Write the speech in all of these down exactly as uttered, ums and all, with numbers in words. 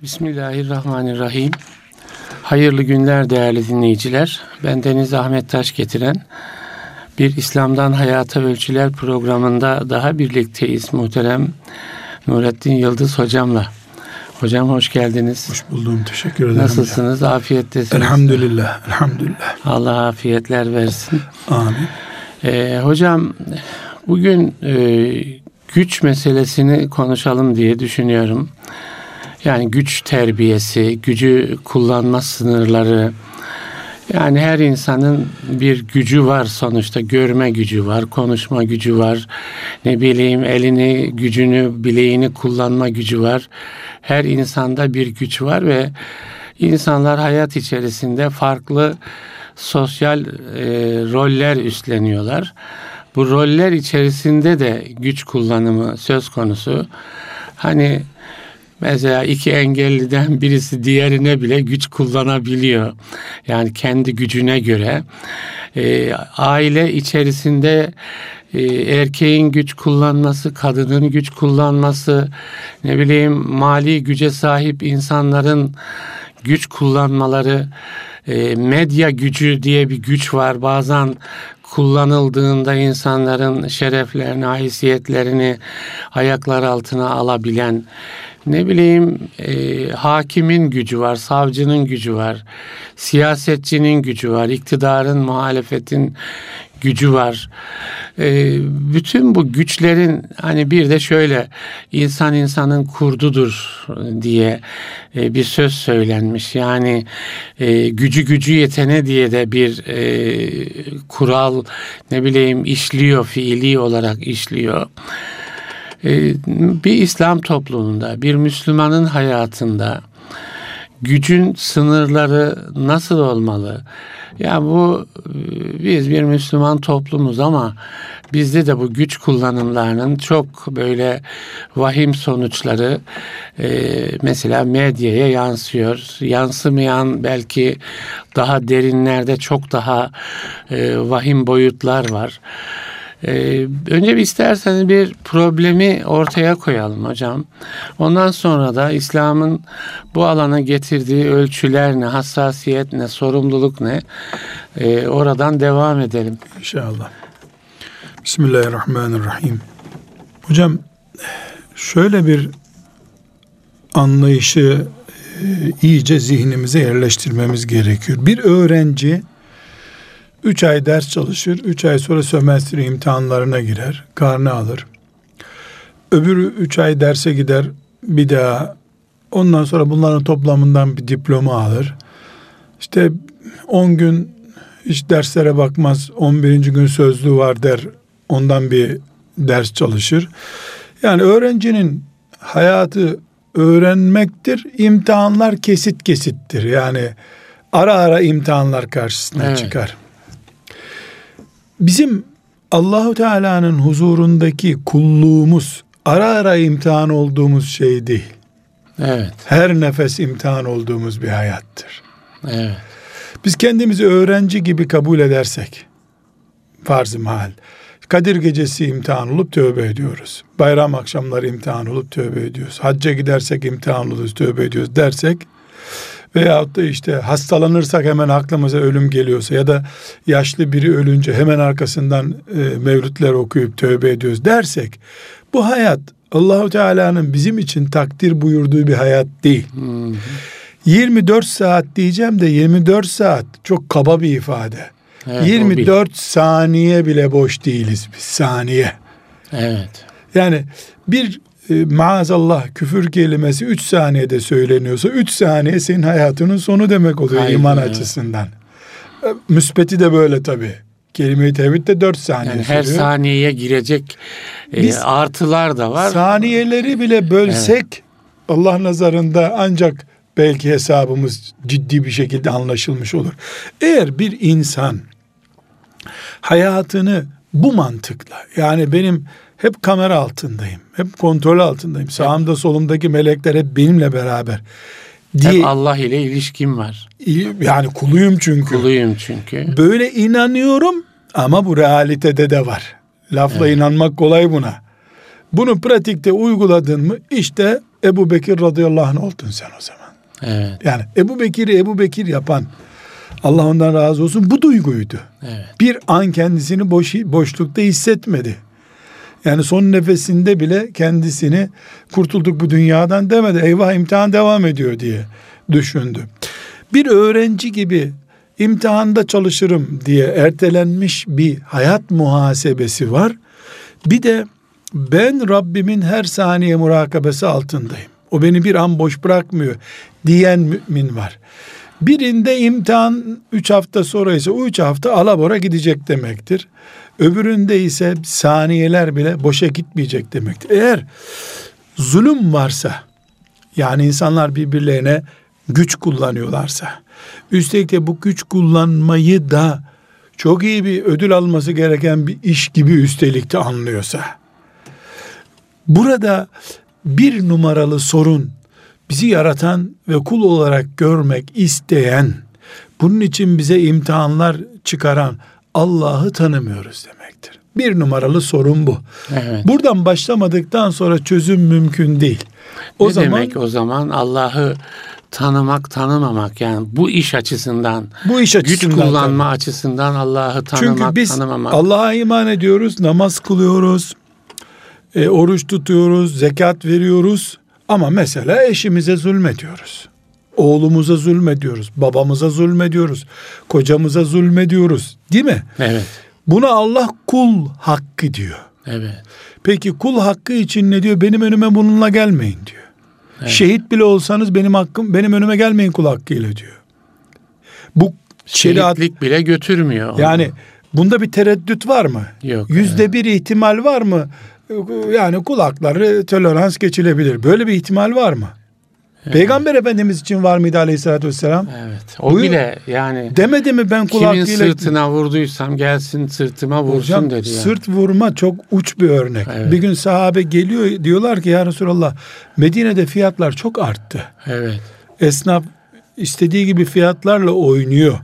Bismillahirrahmanirrahim. Hayırlı günler değerli dinleyiciler. Ben Deniz Ahmet Taş getiren bir İslam'dan Hayata Ölçüler programında daha birlikteyiz muhterem Nurettin Yıldız hocamla. Hocam hoş geldiniz. Hoş buldum. Teşekkür ederim. Nasılsınız? Hocam. Afiyettesiniz. Elhamdülillah. Elhamdülillah. Allah afiyetler versin. Amin. Ee, hocam bugün e, güç meselesini konuşalım diye düşünüyorum. Yani güç terbiyesi, gücü kullanma sınırları. Yani her insanın bir gücü var sonuçta. Görme gücü var, konuşma gücü var. Ne bileyim elini, gücünü, bileğini kullanma gücü var. Her insanda bir güç var ve insanlar hayat içerisinde farklı sosyal e, roller üstleniyorlar. Bu roller içerisinde de güç kullanımı söz konusu. Hani mesela iki engelliden birisi diğerine bile güç kullanabiliyor. Yani kendi gücüne göre. E, aile içerisinde e, erkeğin güç kullanması, kadının güç kullanması, ne bileyim mali güce sahip insanların güç kullanmaları, e, medya gücü diye bir güç var. Bazen kullanıldığında insanların şereflerini, haysiyetlerini ayaklar altına alabilen, ne bileyim e, hakimin gücü var, savcının gücü var, siyasetçinin gücü var, iktidarın, muhalefetin gücü var. E, bütün bu güçlerin hani bir de şöyle insan insanın kurdudur diye e, bir söz söylenmiş. Yani e, gücü gücü yetene diye de bir e, kural ne bileyim işliyor, fiili olarak işliyor. Bir İslam toplumunda, bir Müslümanın hayatında gücün sınırları nasıl olmalı? Ya bu biz bir Müslüman toplumuz ama bizde de bu güç kullanımlarının çok böyle vahim sonuçları e, mesela medyaya yansıyor. Yansımayan belki daha derinlerde çok daha e, vahim boyutlar var. Ee, önce bir isterseniz bir problemi ortaya koyalım hocam. Ondan sonra da İslam'ın bu alana getirdiği ölçüler ne, hassasiyet ne, sorumluluk ne? Ee, oradan devam edelim. İnşallah. Bismillahirrahmanirrahim. Hocam şöyle bir anlayışı e, iyice zihnimize yerleştirmemiz gerekiyor. Bir öğrenci Üç ay ders çalışır, üç ay sonra sömestr imtihanlarına girer, karnı alır. Öbürü üç ay derse gider, bir daha, ondan sonra bunların toplamından bir diploma alır. İşte on gün hiç derslere bakmaz, on birinci gün sözlüğü var der, ondan bir ders çalışır. Yani öğrencinin hayatı öğrenmektir, imtihanlar kesit kesittir. Yani ara ara imtihanlar karşısına evet. çıkar. Bizim Allahu Teala'nın huzurundaki kulluğumuz ara ara imtihan olduğumuz şey değil. Evet. Her nefes imtihan olduğumuz bir hayattır. Evet. Biz kendimizi öğrenci gibi kabul edersek, farz-ı mahal, Kadir gecesi imtihan olup tövbe ediyoruz. Bayram akşamları imtihan olup tövbe ediyoruz. Hacca gidersek imtihan oluruz, tövbe ediyoruz dersek, veyahut da işte hastalanırsak hemen aklımıza ölüm geliyorsa ya da yaşlı biri ölünce hemen arkasından e, mevlütler okuyup tövbe ediyoruz dersek, bu hayat Allahu Teala'nın bizim için takdir buyurduğu bir hayat değil. Hmm. yirmi dört saat diyeceğim de yirmi dört saat çok kaba bir ifade. Evet, yirmi dört saniye bile boş değiliz biz, saniye. Evet. Yani bir e, maazallah küfür kelimesi üç saniyede söyleniyorsa üç saniye senin hayatının sonu demek oluyor. Hayır, iman evet. açısından. E, müsbeti de böyle tabii. Kelime-i tevhid de dört saniye yani sürüyor. Her saniyeye girecek e, artılar da var. Saniyeleri bile bölsek evet. Allah nazarında ancak belki hesabımız ciddi bir şekilde anlaşılmış olur. Eğer bir insan hayatını bu mantıkla, yani benim hep kamera altındayım, hep kontrol altındayım, sağımda solumdaki melekler hep benimle beraber diye, hep Allah ile ilişkim var. Yani kuluyum çünkü. Kuluyum çünkü. Böyle inanıyorum ama bu realitede de var. Lafla evet. inanmak kolay buna. Bunu pratikte uyguladın mı işte Ebu Bekir radıyallahu anh oldun sen o zaman. Evet. Yani Ebu Bekir'i Ebu Bekir yapan, Allah ondan razı olsun, bu duyguydu. Evet. Bir an kendisini boş, boşlukta hissetmedi. Yani son nefesinde bile kendisini kurtulduk bu dünyadan demedi. Eyvah, imtihan devam ediyor diye düşündü. Bir öğrenci gibi imtihanda çalışırım diye ertelenmiş bir hayat muhasebesi var. Bir de ben Rabbimin her saniye murakabesi altındayım, o beni bir an boş bırakmıyor diyen mümin var. Birinde imtihan üç hafta sonra ise o üç hafta alabora gidecek demektir. Öbüründe ise saniyeler bile boşa gitmeyecek demektir. Eğer zulüm varsa, yani insanlar birbirlerine güç kullanıyorlarsa, üstelik de bu güç kullanmayı da çok iyi bir ödül alması gereken bir iş gibi üstelik de anlıyorsa, burada bir numaralı sorun bizi yaratan ve kul olarak görmek isteyen, bunun için bize imtihanlar çıkaran Allah'ı tanımıyoruz demektir. Bir numaralı sorun bu. Evet. Buradan başlamadıktan sonra çözüm mümkün değil. O ne zaman, demek o zaman Allah'ı tanımak, tanımamak, yani bu iş açısından, bu iş açısından, güç kullanma tabii. açısından Allah'ı tanımak, Çünkü biz tanımamak. Allah'a iman ediyoruz, namaz kılıyoruz, e, oruç tutuyoruz, zekat veriyoruz, ama mesela eşimize zulmediyoruz, oğlumuza zulmediyoruz, babamıza zulmediyoruz, kocamıza zulmediyoruz, değil mi? Evet. Buna Allah kul hakkı diyor. Evet. Peki kul hakkı için ne diyor? Benim önüme bununla gelmeyin diyor. Evet. Şehit bile olsanız benim hakkım, benim önüme gelmeyin kul hakkıyla diyor. Bu şeriat, şehitlik bile götürmüyor onu. Yani bunda bir tereddüt var mı? Yok. Yüzde evet. bir ihtimal var mı? Yani kul hakları tolerans geçilebilir. Böyle bir ihtimal var mı? Evet. Peygamber Efendimiz için var mıydı aleyhissalatü vesselam? Evet. O Buyur, bile yani demedi mi ben kul kimin hakkıyla... sırtına vurduysam gelsin sırtıma vursun Hocam, dedi. Yani. Sırt vurma çok uç bir örnek. Evet. Bir gün sahabe geliyor, diyorlar ki ya Resulallah, Medine'de fiyatlar çok arttı. Evet. Esnaf istediği gibi fiyatlarla oynuyor.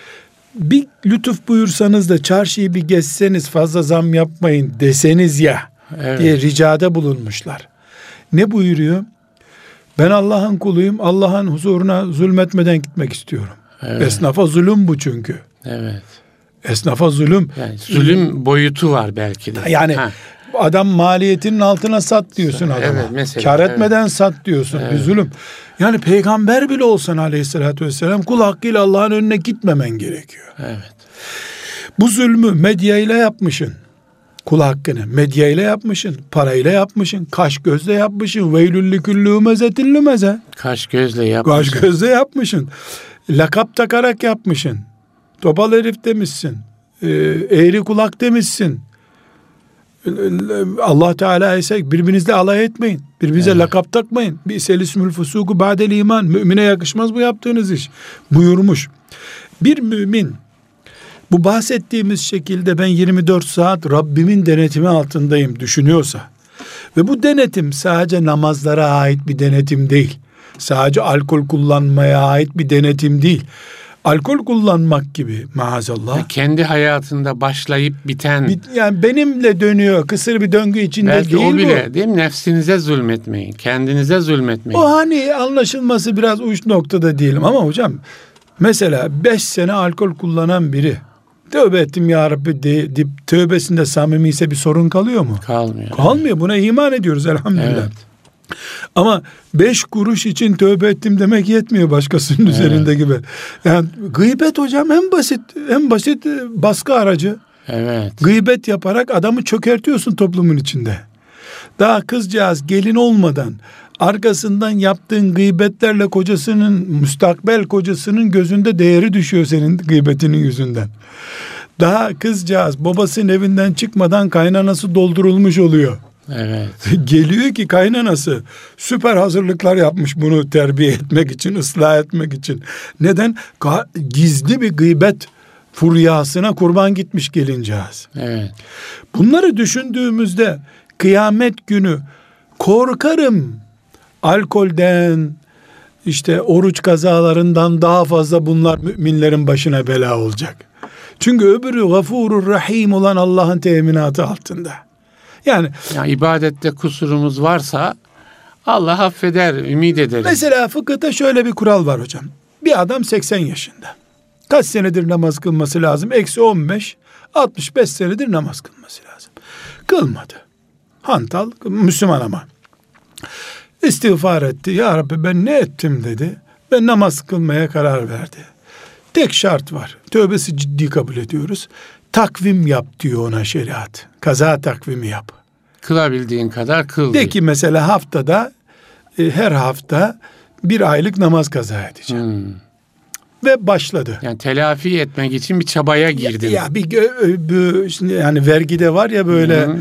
Bir lütuf buyursanız da çarşıyı bir gezseniz, fazla zam yapmayın deseniz ya, evet, diye ricada bulunmuşlar. Ne buyuruyor? Ben Allah'ın kuluyum, Allah'ın huzuruna zulmetmeden gitmek istiyorum. Evet. Esnafa zulüm bu çünkü. Evet. Esnafa zulüm. Yani zulüm boyutu var belki de. Yani ha. adam maliyetinin altına sat diyorsun adama. Evet, mesela, kar etmeden evet. sat diyorsun. Evet. Bir zulüm. Yani peygamber bile olsan aleyhissalatü vesselam, kul hakkıyla Allah'ın önüne gitmemen gerekiyor. Evet. Bu zulmü medyayla yapmışsın. Kul hakkını medyayla yapmışsın, parayla yapmışsın, kaş gözle yapmışsın. Veylüllü küllü ümezetin lümeze. Kaş gözle yapmışsın. Kaş gözle yapmışsın. Lakap takarak yapmışsın. Topal herif demişsin. Ee, eğri kulak demişsin. Allah Teala ise birbirinizle alay etmeyin. Birbirinize evet. lakap takmayın. Bi'sel ismül fusuku ba'del iman. Mümine yakışmaz bu yaptığınız iş buyurmuş. Bir mümin bu bahsettiğimiz şekilde ben yirmi dört saat Rabbimin denetimi altındayım düşünüyorsa ve bu denetim sadece namazlara ait bir denetim değil, sadece alkol kullanmaya ait bir denetim değil, alkol kullanmak gibi maazallah. Ya kendi hayatında başlayıp biten. Yani benimle dönüyor, kısır bir döngü içinde belki değil bu. Belki o bile değil mi? Nefsinize zulmetmeyin, kendinize zulmetmeyin. O hani anlaşılması biraz uç noktada diyelim ama hocam, mesela beş sene alkol kullanan biri tövbe ettim ya Rabbi deyip tövbesinde samimi ise bir sorun kalıyor mu? Kalmıyor. Kalmıyor. Buna iman ediyoruz elhamdülillah. Evet. Ama beş kuruş için tövbe ettim demek yetmiyor başkasının evet. üzerinde gibi. Yani gıybet hocam en basit, en basit baskı aracı. Evet. Gıybet yaparak adamı çökertiyorsun toplumun içinde. Daha kızcağız gelin olmadan arkasından yaptığın gıybetlerle kocasının, müstakbel kocasının gözünde değeri düşüyor senin gıybetinin yüzünden. Daha kızcağız babasının evinden çıkmadan kaynanası doldurulmuş oluyor. Evet. Geliyor ki kaynanası süper hazırlıklar yapmış bunu terbiye etmek için, ıslah etmek için. Neden? Gizli bir gıybet furyasına kurban gitmiş gelincağız. Evet. Bunları düşündüğümüzde kıyamet günü korkarım alkolden, işte oruç kazalarından daha fazla bunlar müminlerin başına bela olacak. Çünkü öbürü gafurur rahim olan Allah'ın teminatı altında. Yani, yani ibadette kusurumuz varsa Allah affeder, ümit ederiz. Mesela fıkıhta şöyle bir kural var hocam. Bir adam seksen yaşında. Kaç senedir namaz kılması lazım? Eksi on beş, altmış beş senedir namaz kılması lazım. Kılmadı. Hantal, Müslüman ama. İstiğfar etti. Ya Rabbi ben ne ettim dedi. Ben namaz kılmaya karar verdi. Tek şart var. Tövbesi ciddi kabul ediyoruz. Takvim yap diyor ona şeriat. Kaza takvimi yap. Kılabildiğin kadar kıl. De ki mesela haftada e, her hafta bir aylık namaz kaza edeceğim. Hmm. Ve başladı. Yani telafi etmek için bir çabaya girdin. Ya, ya bir, bir şimdi yani vergide var ya böyle hmm.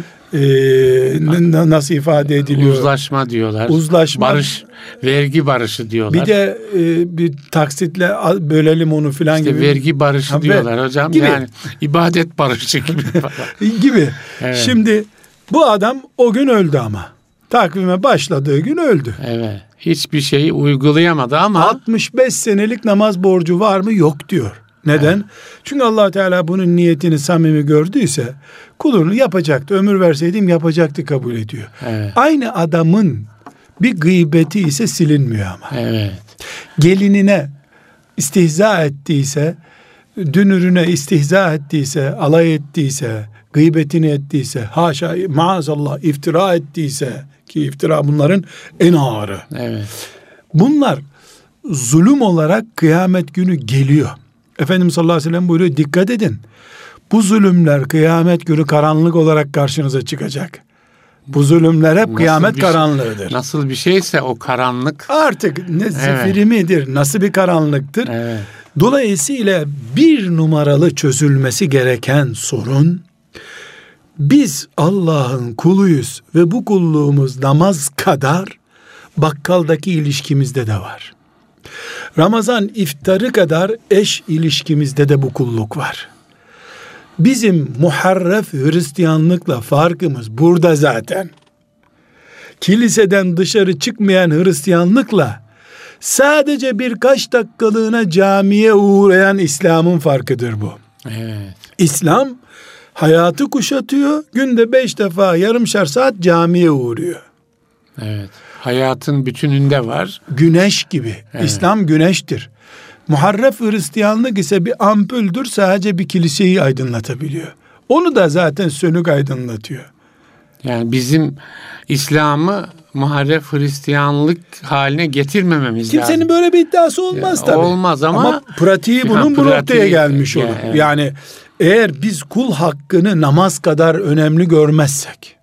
e, nasıl ifade ediliyor? Uzlaşma diyorlar. Uzlaşma. Barış, vergi barışı diyorlar. Bir de e, bir taksitle bölelim onu filan işte gibi. Vergi barışı ha, diyorlar hocam. Gibi. Yani ibadet barışı gibi falan. gibi. Evet. Şimdi bu adam o gün öldü ama. Takvime başladığı gün öldü. Evet. Hiçbir şeyi uygulayamadı ama altmış beş senelik namaz borcu var mı? Yok diyor. Neden? Evet. Çünkü Allah Teala bunun niyetini samimi gördüyse kulunu yapacaktı. Ömür verseydim yapacaktı kabul ediyor. Evet. Aynı adamın bir gıybeti ise silinmiyor ama. Evet. Gelinine istihza ettiyse, dünürüne istihza ettiyse, alay ettiyse, gıybetini ettiyse, haşa maazallah iftira ettiyse, ki iftira bunların en ağırı. Evet. Bunlar zulüm olarak kıyamet günü geliyor. Efendimiz sallallahu aleyhi ve sellem buyuruyor, dikkat edin. Bu zulümler kıyamet günü karanlık olarak karşınıza çıkacak. Bu zulümler hep nasıl kıyamet karanlığıdır. Şey, nasıl bir şeyse o karanlık. Artık ne zifiri evet. midir, nasıl bir karanlıktır. Evet. Dolayısıyla bir numaralı çözülmesi gereken sorun, biz Allah'ın kuluyuz ve bu kulluğumuz namaz kadar bakkaldaki ilişkimizde de var. Ramazan iftarı kadar eş ilişkimizde de bu kulluk var. Bizim muharref Hristiyanlıkla farkımız burada zaten. Kiliseden dışarı çıkmayan Hristiyanlıkla sadece birkaç dakikalığına camiye uğrayan İslam'ın farkıdır bu. Evet. İslam hayatı kuşatıyor. Günde beş defa yarımşar saat camiye uğruyor. Evet. Hayatın bütününde var. Güneş gibi. Evet. İslam güneştir. Muharref Hristiyanlık ise bir ampuldür, sadece bir kiliseyi aydınlatabiliyor. Onu da zaten sönük aydınlatıyor. Yani bizim İslam'ı muharref Hristiyanlık haline getirmememiz Kimsenin lazım. Kimsenin böyle bir iddiası olmaz tabii. Olmaz ama, ama pratiği bunun ha, bu noktaya gelmiş olur. Evet. Yani eğer biz kul hakkını namaz kadar önemli görmezsek,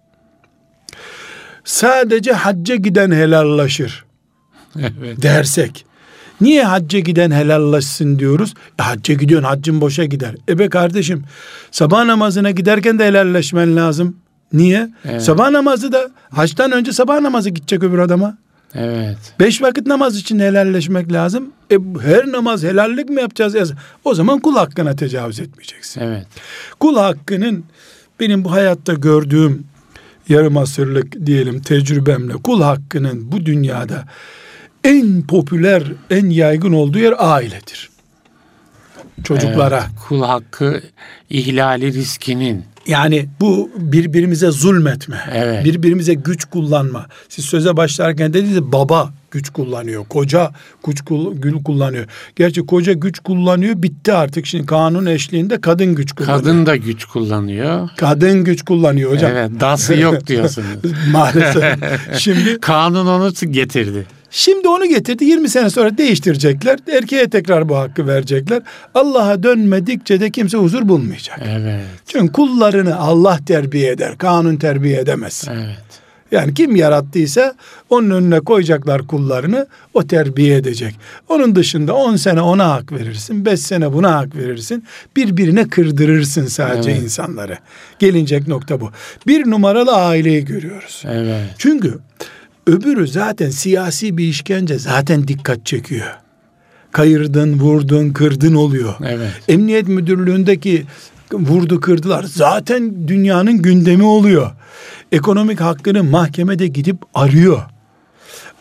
sadece hacca giden helallaşır evet. dersek, niye hacca giden helallaşsın diyoruz? E, hacca gidiyorsun, haccın boşa gider. E be kardeşim, sabah namazına giderken de helalleşmen lazım. Niye? Evet. Sabah namazı da haçtan önce sabah namazı gidecek öbür adama. Evet. Beş vakit namaz için helalleşmek lazım. E, her namaz helallik mi yapacağız? O zaman kul hakkına tecavüz etmeyeceksin. Evet. Kul hakkının benim bu hayatta gördüğüm yarım asırlık diyelim tecrübemle kul hakkının bu dünyada en popüler, en yaygın olduğu yer ailedir. Çocuklara. Evet, kul hakkı ihlali riskinin. Yani bu birbirimize zulmetme, evet. birbirimize güç kullanma. Siz söze başlarken dediniz baba güç kullanıyor, koca güç kullanıyor. Gerçi koca güç kullanıyor, bitti artık. Şimdi kanun eşliğinde kadın güç kullanıyor. Kadın da güç kullanıyor. Kadın güç kullanıyor hocam. Evet, dası yok diyorsunuz. Maalesef. Şimdi kanun onu getirdi. Şimdi onu getirdi. yirmi sene sonra değiştirecekler. Erkeğe tekrar bu hakkı verecekler. Allah'a dönmedikçe de kimse huzur bulmayacak. Evet. Çünkü kullarını Allah terbiye eder. Kanun terbiye edemez. Evet. Yani kim yarattıysa onun önüne koyacaklar kullarını, o terbiye edecek. Onun dışında on sene ona hak verirsin, beş sene buna hak verirsin. Birbirine kırdırırsın sadece evet. insanları. Gelinecek nokta bu. Bir numaralı aileyi görüyoruz. Evet. Çünkü öbürü zaten siyasi bir işkence, zaten dikkat çekiyor. Kayırdın, vurdun, kırdın oluyor. Evet. Emniyet müdürlüğündeki vurdu kırdılar zaten dünyanın gündemi oluyor. Ekonomik hakkını mahkemede gidip arıyor.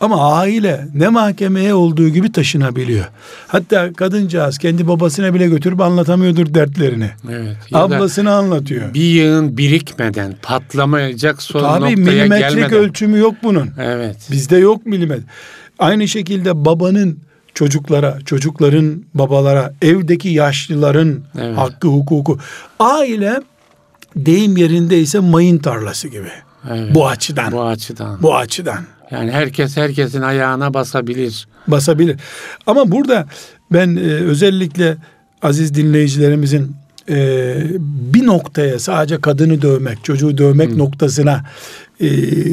Ama aile ne mahkemeye olduğu gibi taşınabiliyor. Hatta kadıncağız kendi babasına bile götürüp anlatamıyordur dertlerini. Evet. Ablasına anlatıyor. Bir yığın birikmeden, patlamayacak son Tabii noktaya milimetrik gelmeden. ölçümü yok bunun. Evet. Bizde yok milimetre. Aynı şekilde babanın çocuklara, çocukların babalara, evdeki yaşlıların Evet. hakkı, hukuku. Aile deyim yerindeyse mayın tarlası gibi. Evet. Bu açıdan. Bu açıdan. Bu açıdan. Yani herkes herkesin ayağına basabilir. Basabilir. Ama burada ben e, özellikle aziz dinleyicilerimizin e, bir noktaya sadece kadını dövmek, çocuğu dövmek Hı. noktasına e,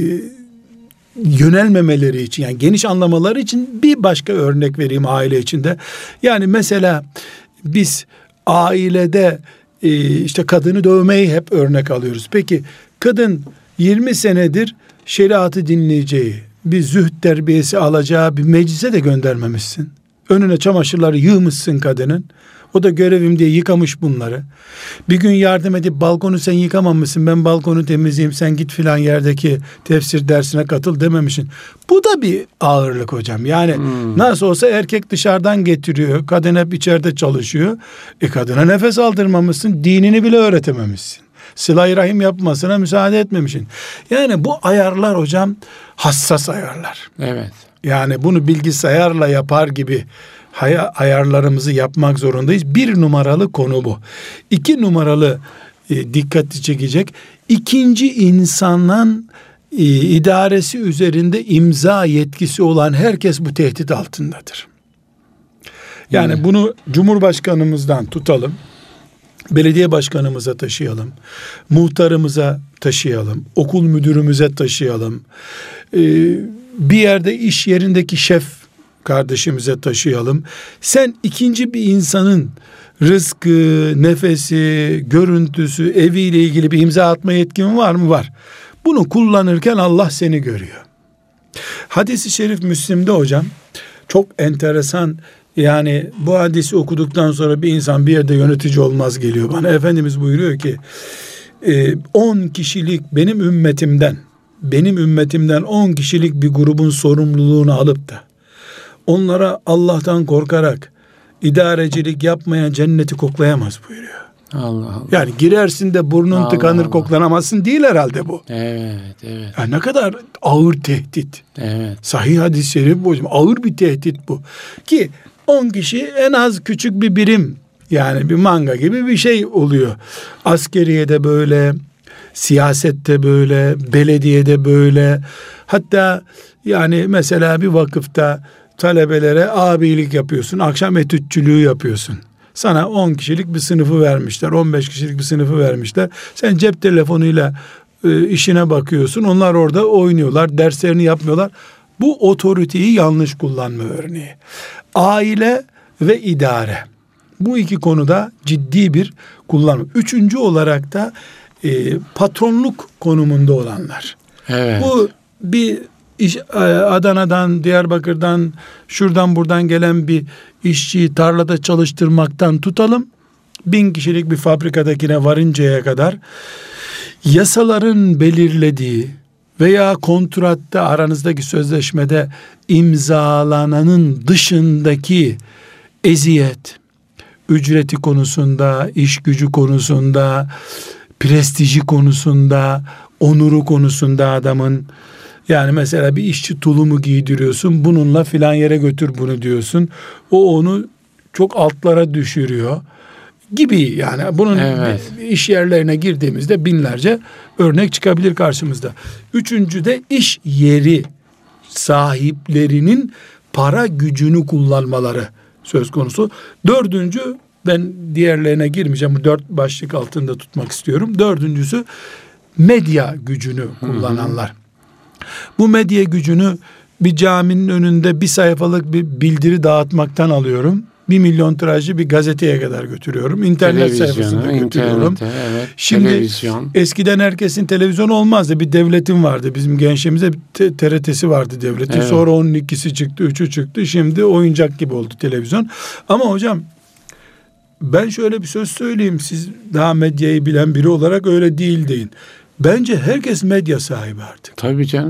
yönelmemeleri için, yani geniş anlamaları için bir başka örnek vereyim aile içinde. Yani mesela biz ailede e, işte kadını dövmeyi hep örnek alıyoruz. Peki kadın yirmi senedir şeriatı dinleyeceği, bir zühd terbiyesi alacağı bir meclise de göndermemişsin. Önüne çamaşırları yığmışsın kadının. O da görevim diye yıkamış bunları. Bir gün yardım edip balkonu sen yıkamamışsın, ben balkonu temizleyeyim, sen git filan yerdeki tefsir dersine katıl dememişsin. Bu da bir ağırlık hocam. Yani hmm. nasıl olsa erkek dışarıdan getiriyor, kadın hep içeride çalışıyor. E kadına nefes aldırmamışsın, dinini bile öğretememişsin. Sıla-i rahim yapmasına müsaade etmemişsin. Yani bu ayarlar hocam hassas ayarlar. Evet. Yani bunu bilgisayarla yapar gibi ayarlarımızı yapmak zorundayız. Bir numaralı konu bu. İki numaralı e, dikkati çekecek. İkinci insanın e, idaresi üzerinde imza yetkisi olan herkes bu tehdit altındadır. Yani hmm. bunu Cumhurbaşkanımızdan tutalım, belediye başkanımıza taşıyalım, muhtarımıza taşıyalım, okul müdürümüze taşıyalım, ee, bir yerde iş yerindeki şef kardeşimize taşıyalım. Sen ikinci bir insanın rızkı, nefesi, görüntüsü, eviyle ilgili bir imza atma yetkin var mı? Var. Bunu kullanırken Allah seni görüyor. Hadis-i şerif Müslim'de hocam çok enteresan. Yani bu hadisi okuduktan sonra bir insan bir yerde yönetici olmaz geliyor bana. Efendimiz buyuruyor ki on kişilik benim ümmetimden benim ümmetimden on kişilik bir grubun sorumluluğunu alıp da onlara Allah'tan korkarak idarecilik yapmayan cenneti koklayamaz buyuruyor. Allah Allah. Yani girersin de burnun Allah tıkanır Allah. Koklanamazsın değil herhalde bu. Evet, evet. Yani ne kadar ağır tehdit. Evet. Sahih hadis-i şerif bu. Ağır bir tehdit bu. Ki on kişi en az küçük bir birim, yani bir manga gibi bir şey oluyor. Askeriyede böyle, siyasette böyle, belediyede böyle. Hatta yani mesela bir vakıfta talebelere abilik yapıyorsun, akşam etütçülüğü yapıyorsun. Sana on kişilik bir sınıfı vermişler, on beş kişilik bir sınıfı vermişler. Sen cep telefonuyla e, işine bakıyorsun. Onlar orada oynuyorlar, derslerini yapmıyorlar. Bu otoriteyi yanlış kullanma örneği. Aile ve idare. Bu iki konuda ciddi bir kullanma. Üçüncü olarak da e, patronluk konumunda olanlar. Evet. Bu bir iş, Adana'dan, Diyarbakır'dan, şuradan buradan gelen bir işçiyi tarlada çalıştırmaktan tutalım, bin kişilik bir fabrikadakine varıncaya kadar yasaların belirlediği veya kontratta, aranızdaki sözleşmede imzalananın dışındaki eziyet, ücreti konusunda, iş gücü konusunda, prestiji konusunda, onuru konusunda adamın, yani mesela bir işçi tulumu giydiriyorsun, bununla filan yere götür bunu diyorsun. O onu çok altlara düşürüyor gibi. Yani bunun evet. iş yerlerine girdiğimizde binlerce örnek çıkabilir karşımızda. Üçüncü de iş yeri sahiplerinin para gücünü kullanmaları söz konusu. Dördüncü, ben diğerlerine girmeyeceğim. Bu dört başlık altında tutmak istiyorum. Dördüncüsü medya gücünü kullananlar. Bu medya gücünü bir caminin önünde bir sayfalık bir bildiri dağıtmaktan alıyorum. Bir milyon tirajlı bir gazeteye kadar götürüyorum. İnternet sayfasında götürüyorum. Evet, şimdi televizyon. Eskiden herkesin televizyonu olmazdı. Bir devletin vardı. Bizim gençliğimizde T R T'si vardı devletin. Evet. Sonra onun ikisi çıktı, üçü çıktı. Şimdi oyuncak gibi oldu televizyon. Ama hocam ben şöyle bir söz söyleyeyim. Siz daha medyayı bilen biri olarak öyle değil deyin. Bence herkes medya sahibi artık. Tabii canım.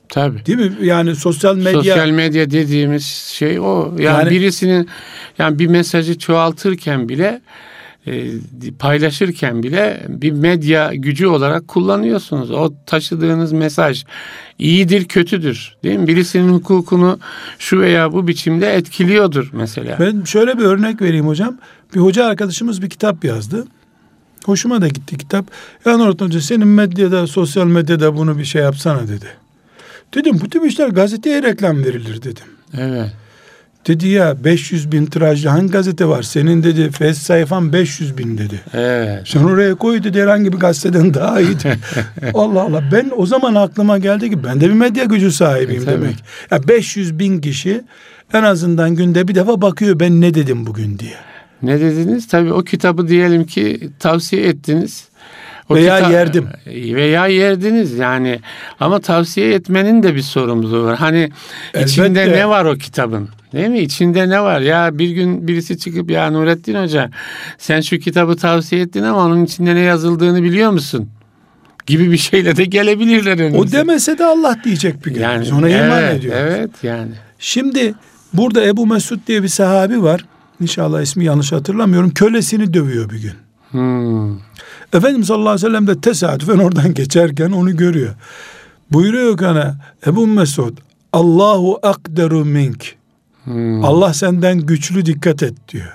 Tabii. Değil mi? Yani sosyal medya. Sosyal medya dediğimiz şey o. Yani, yani birisinin yani bir mesajı çoğaltırken bile e, paylaşırken bile bir medya gücü olarak kullanıyorsunuz. O taşıdığınız mesaj iyidir, kötüdür. Değil mi? Birisinin hukukunu şu veya bu biçimde etkiliyordur mesela. Ben şöyle bir örnek vereyim hocam. Bir hoca arkadaşımız bir kitap yazdı. Hoşuma da gitti kitap. Ya Nurattin Hoca, senin medyada, sosyal medyada bunu bir şey yapsana dedi. Dedim bu tip işler gazeteye reklam verilir dedim. Evet. Dedi ya beş yüz bin tirajlı hangi gazete var? Senin dedi face sayfan beş yüz bin dedi. Evet. Sen oraya koy dedi, herhangi bir gazeteden daha iyi. Allah Allah, ben o zaman aklıma geldi ki ben de bir medya gücü sahibiyim e, demek. Ya beş yüz bin kişi en azından günde bir defa bakıyor ben ne dedim bugün diye. Ne dediniz? Tabii o kitabı diyelim ki tavsiye ettiniz. O veya kita- yerdim. Veya yerdiniz yani. Ama tavsiye etmenin de bir sorumluluğu var. Hani Elbette. içinde ne var o kitabın? Değil mi? İçinde ne var? Ya bir gün birisi çıkıp ya Nurettin Hoca sen şu kitabı tavsiye ettin ama onun içinde ne yazıldığını biliyor musun? Gibi bir şeyle de gelebilirler önümüze. O demese de Allah diyecek bir gün. Yani, Biz ona evet, iman ediyoruz. Evet yani. Şimdi burada Ebu Mesud diye bir sahabi var. İnşallah ismi yanlış hatırlamıyorum. Kölesini dövüyor bir gün. Hmm. Efendimiz sallallahu aleyhi ve sellem de tesadüfen oradan geçerken onu görüyor. Buyuruyor kana Ebu Mesud, Allahu akderu mink. Hmm. Allah senden güçlü, dikkat et diyor.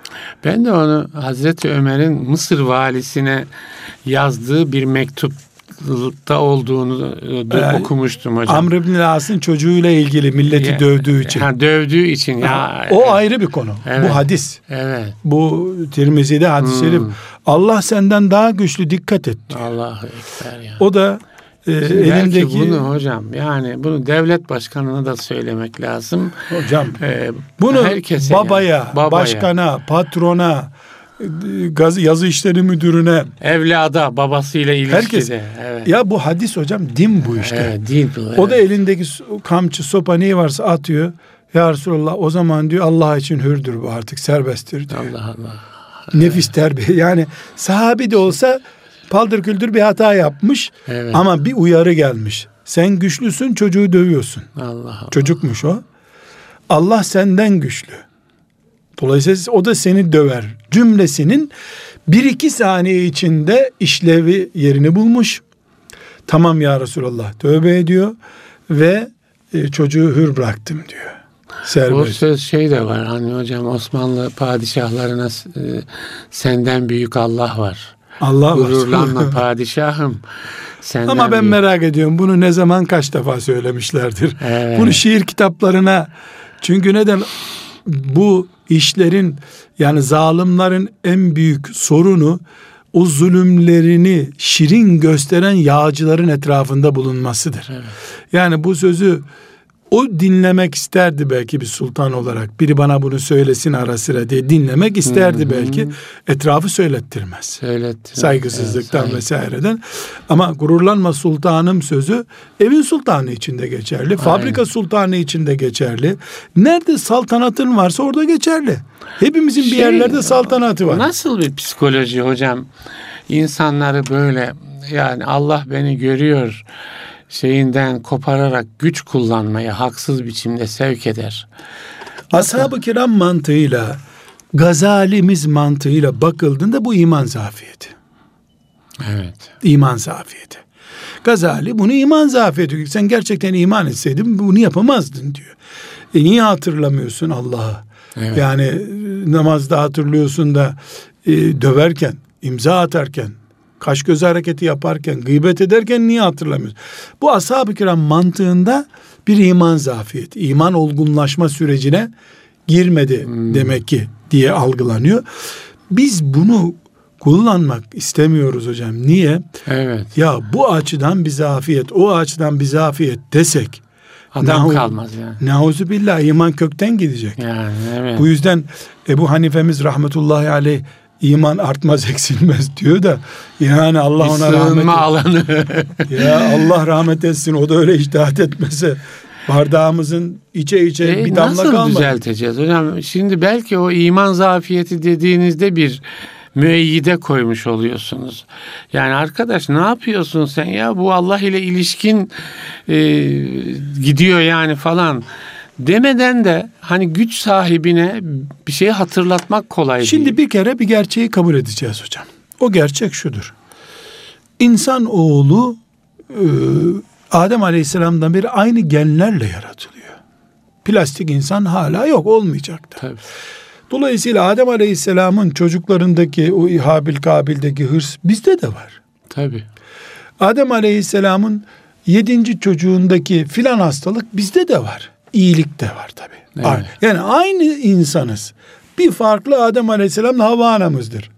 Ben de onu Hazreti Ömer'in Mısır valisine yazdığı bir mektupta olduğunu ee, okumuştum hocam. Amr ibn As'ın çocuğuyla ilgili milleti ya, dövdüğü için. Ha, dövdüğü için. Ya, o evet. Ayrı bir konu. Evet. Bu hadis. Evet. Bu Tirmizi'de hadis-i şerif. Hmm. Allah senden daha güçlü, dikkat et diyor. Allahu ekber ya. O da e, elindeki bunu hocam yani bunu devlet başkanına da söylemek lazım. Hocam ee, bunu babaya, yani, babaya, başkana, patrona, gaz yazı işleri müdürüne, evlada, babasıyla ilişkide. Herkes, evet. Ya bu hadis hocam, din bu işte. Evet, din bu. Evet. O da elindeki kamçı, sopa neyi varsa atıyor. Ya Resulallah, o zaman diyor Allah için hürdür bu, artık serbesttir diyor. Allah Allah. Nefis evet. Terbiye. Yani sahabi de olsa paldır küldür bir hata yapmış, evet. Ama bir uyarı gelmiş. Sen güçlüsün, çocuğu dövüyorsun. Allah Allah. Çocukmuş o. Allah senden güçlü. Dolayısıyla o da seni döver. Cümlesinin bir iki saniye içinde işlevi yerini bulmuş. Tamam ya Resulallah, tövbe ediyor ve e, çocuğu hür bıraktım diyor. Serbest. O söz şey de var hani hocam, Osmanlı padişahlarına e, senden büyük Allah var. Allah Gururlanma var. Padişahım. Senden Ama ben büyük. merak ediyorum bunu ne zaman kaç defa söylemişlerdir. Evet. Bunu şiir kitaplarına, çünkü neden bu işlerin, yani zalimlerin en büyük sorunu o zulümlerini şirin gösteren yağcıların etrafında bulunmasıdır. Evet. Yani bu sözü o dinlemek isterdi belki bir sultan olarak. Biri bana bunu söylesin ara sıra diye dinlemek isterdi Hı-hı. belki. Etrafı söylettirmez. Söylettirmez. Saygısızlıktan evet, vesaireden. Ama gururlanma sultanım sözü evin sultanı için de geçerli. Aynen. Fabrika sultanı için de geçerli. Nerede saltanatın varsa orada geçerli. Hepimizin şey, bir yerlerde saltanatı var. Nasıl bir psikoloji hocam? İnsanları böyle, yani Allah beni görüyor şeyinden kopararak güç kullanmaya haksız biçimde sevk eder. Ashab-ı kiram mantığıyla, Gazalimiz mantığıyla bakıldığında bu iman zafiyeti. Evet. İman zafiyeti. Gazali bunu iman zafiyeti. Sen gerçekten iman etseydin bunu yapamazdın diyor. E niye hatırlamıyorsun Allah'ı? Evet. Yani namazda hatırlıyorsun da e, döverken, imza atarken, kaş göz hareketi yaparken, gıybet ederken niye hatırlamıyorsun? Bu ashab-ı kiram mantığında bir iman zafiyeti, iman olgunlaşma sürecine girmedi hmm. demek ki diye algılanıyor. Biz bunu kullanmak istemiyoruz hocam. Niye? Evet. Ya bu açıdan bir zafiyet, o açıdan bir zafiyet desek adam nahu, kalmaz yani. Neuzubillah, iman kökten gidecek. Yani evet. Bu yüzden Ebu Hanifemiz rahmetullahi aleyh İman artmaz eksilmez diyor da, yani Allah bir ona rahmet alanı. Ya Allah rahmet etsin, o da öyle ictihat etmese bardağımızın içe içe e, bir damla nasıl kalmadı. Nasıl düzelteceğiz hocam? Şimdi belki o iman zafiyeti dediğinizde bir müeyyide koymuş oluyorsunuz. Yani arkadaş ne yapıyorsun sen ya, bu Allah ile ilişkin e, gidiyor yani falan demeden de hani güç sahibine bir şeyi hatırlatmak kolay Şimdi değil. bir kere bir gerçeği kabul edeceğiz hocam. O gerçek şudur. İnsan oğlu e, Adem Aleyhisselam'dan beri aynı genlerle yaratılıyor. Plastik insan hala yok, olmayacak da. Tabii. Dolayısıyla Adem Aleyhisselam'ın çocuklarındaki o Habil Kabil'deki hırs bizde de var. Tabii. Adem Aleyhisselam'ın yedinci çocuğundaki filan hastalık bizde de var. İyilik de var tabii. Evet. Yani aynı insanız. Bir farklı Adem Aleyhisselam'la Havva anamızdır.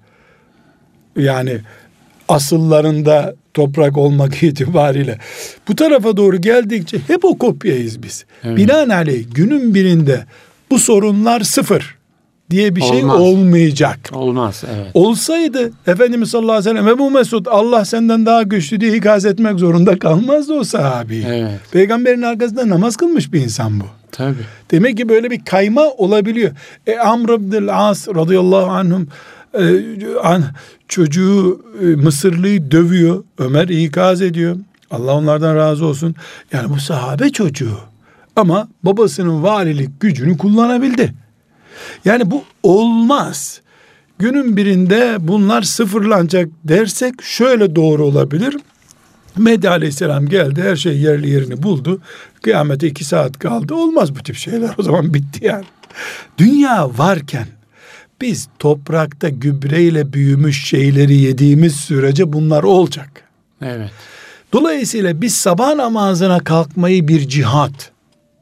Yani asıllarında toprak olmak itibariyle. Bu tarafa doğru geldikçe hep o kopyayız biz. Evet. Binaenaleyh günün birinde bu sorunlar sıfır diye bir şey Olmaz. olmayacak. Olmaz, evet. Olsaydı Efendimiz sallallahu aleyhi ve sellem Ebu Mesud Allah senden daha güçlü diye ikaz etmek zorunda kalmazdı o sahabi. Evet. Peygamberin arkasında namaz kılmış bir insan bu. Tabii. Demek ki böyle bir kayma olabiliyor. E, Amr ibn As radıyallahu anhum e, an, çocuğu e, Mısırlıyı dövüyor. Ömer ikaz ediyor. Allah onlardan razı olsun. Yani bu sahabe çocuğu. Ama babasının valilik gücünü kullanabildi. Yani bu olmaz. Günün birinde bunlar sıfırlanacak dersek şöyle doğru olabilir. Mehdi Aleyhisselam geldi, her şey yerli yerini buldu. Kıyamete iki saat kaldı. Olmaz bu tip şeyler, o zaman bitti yani. Dünya varken biz toprakta gübreyle büyümüş şeyleri yediğimiz sürece bunlar olacak. Evet. Dolayısıyla biz sabah namazına kalkmayı bir cihat,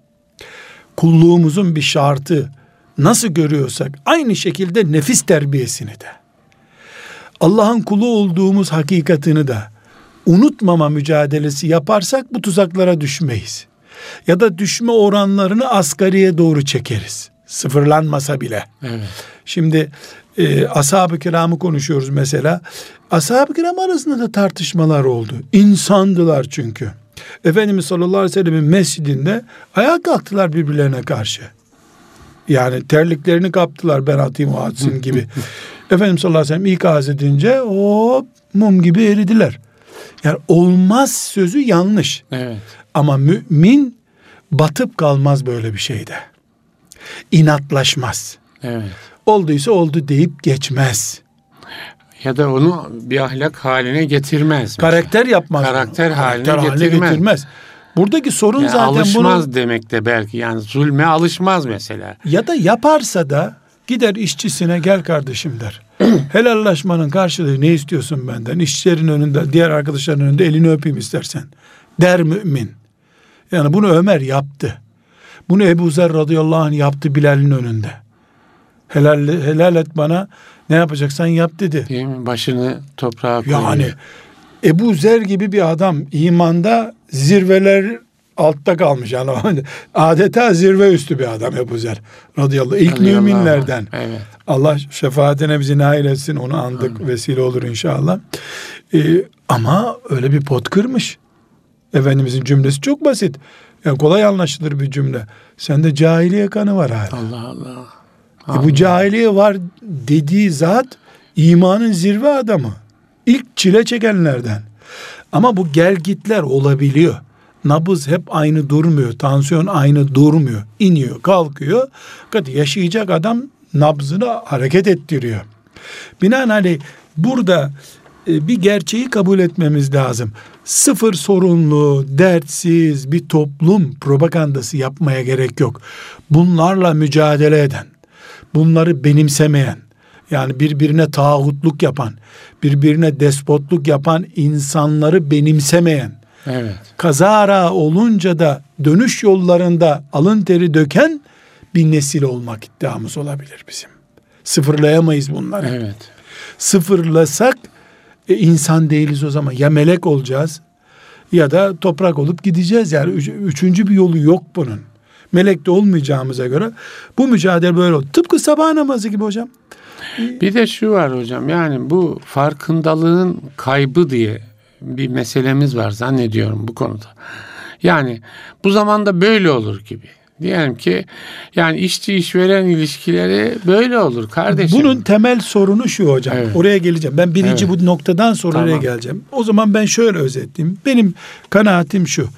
kulluğumuzun bir şartı nasıl görüyorsak aynı şekilde nefis terbiyesini de, Allah'ın kulu olduğumuz hakikatini de unutmama mücadelesi yaparsak bu tuzaklara düşmeyiz. Ya da düşme oranlarını asgariye doğru çekeriz. Sıfırlanmasa bile. Evet. Şimdi e, ashab-ı kiramı konuşuyoruz mesela. Ashab-ı kiram arasında da tartışmalar oldu. İnsandılar çünkü. Efendimiz sallallahu aleyhi ve sellem'in mescidinde ayağa kalktılar birbirlerine karşı. Yani terliklerini kaptılar, ben atayım o atsın gibi. Efendimiz sallallahu aleyhi ve sellem ikaz edince hop mum gibi eridiler. Yani olmaz sözü yanlış. Evet. Ama mümin batıp kalmaz böyle bir şeyde. İnatlaşmaz. Evet. Olduysa oldu deyip geçmez. Ya da onu bir ahlak haline getirmez. Mesela. Karakter yapmaz. Karakter haline, Karakter haline getirmez. getirmez. Buradaki sorun Yani zaten alışmaz bunu, demek de belki, yani zulme alışmaz mesela. ya da yaparsa da gider işçisine gel kardeşim der. Helallaşmanın karşılığı ne istiyorsun benden? İşçilerin önünde, diğer arkadaşların önünde elini öpeyim istersen der mümin. Yani bunu Ömer yaptı. Bunu Ebu Zer radıyallahu anh yaptı Bilal'in önünde. Helal, helal et bana, ne yapacaksan yap dedi. Değil mi? Başını toprağa koyuyor. Yani Ebu Zer gibi bir adam imanda zirveler altta kalmış. Yani adeta zirve üstü bir adam Ebu Zer radıyallahu anh. İlk Radıyallahu müminlerden. anh. Evet. Allah şefaatine bizi nail etsin. Onu andık. Amin. Vesile olur inşallah. Ee, ama öyle bir pot kırmış. Efendimizin cümlesi çok basit. Yani kolay anlaşılır bir cümle. Sende cahiliye kanı var hala. Allah Allah. E bu cahiliye var dediği zat imanın zirve adamı. İlk çile çekenlerden. Ama bu gelgitler olabiliyor. Nabız hep aynı durmuyor. Tansiyon aynı durmuyor. İniyor, kalkıyor. Fakat yaşayacak adam nabzını hareket ettiriyor. Binaenaleyh burada bir gerçeği kabul etmemiz lazım. Sıfır sorunlu, dertsiz bir toplum propagandası yapmaya gerek yok. Bunlarla mücadele eden, bunları benimsemeyen, yani birbirine tağutluk yapan, birbirine despotluk yapan insanları benimsemeyen, evet, kazara olunca da dönüş yollarında alın teri döken bir nesil olmak iddiamız olabilir bizim. Sıfırlayamayız bunları. Evet. Sıfırlasak e, insan değiliz o zaman. Ya melek olacağız ya da toprak olup gideceğiz. Yani üç, üçüncü bir yolu yok bunun. Melek de olmayacağımıza göre bu mücadele böyle oldu. Tıpkı sabah namazı gibi hocam. Bir de şu var hocam, yani bu farkındalığın kaybı diye bir meselemiz var zannediyorum bu konuda. Yani bu zamanda böyle olur gibi. Diyelim ki yani işçi işveren ilişkileri böyle olur kardeşim. Bunun temel sorunu şu hocam. Evet. Oraya geleceğim. Ben birinci Evet. bu noktadan sonra Tamam. oraya geleceğim. O zaman ben şöyle özetleyeyim. Benim kanaatim şu.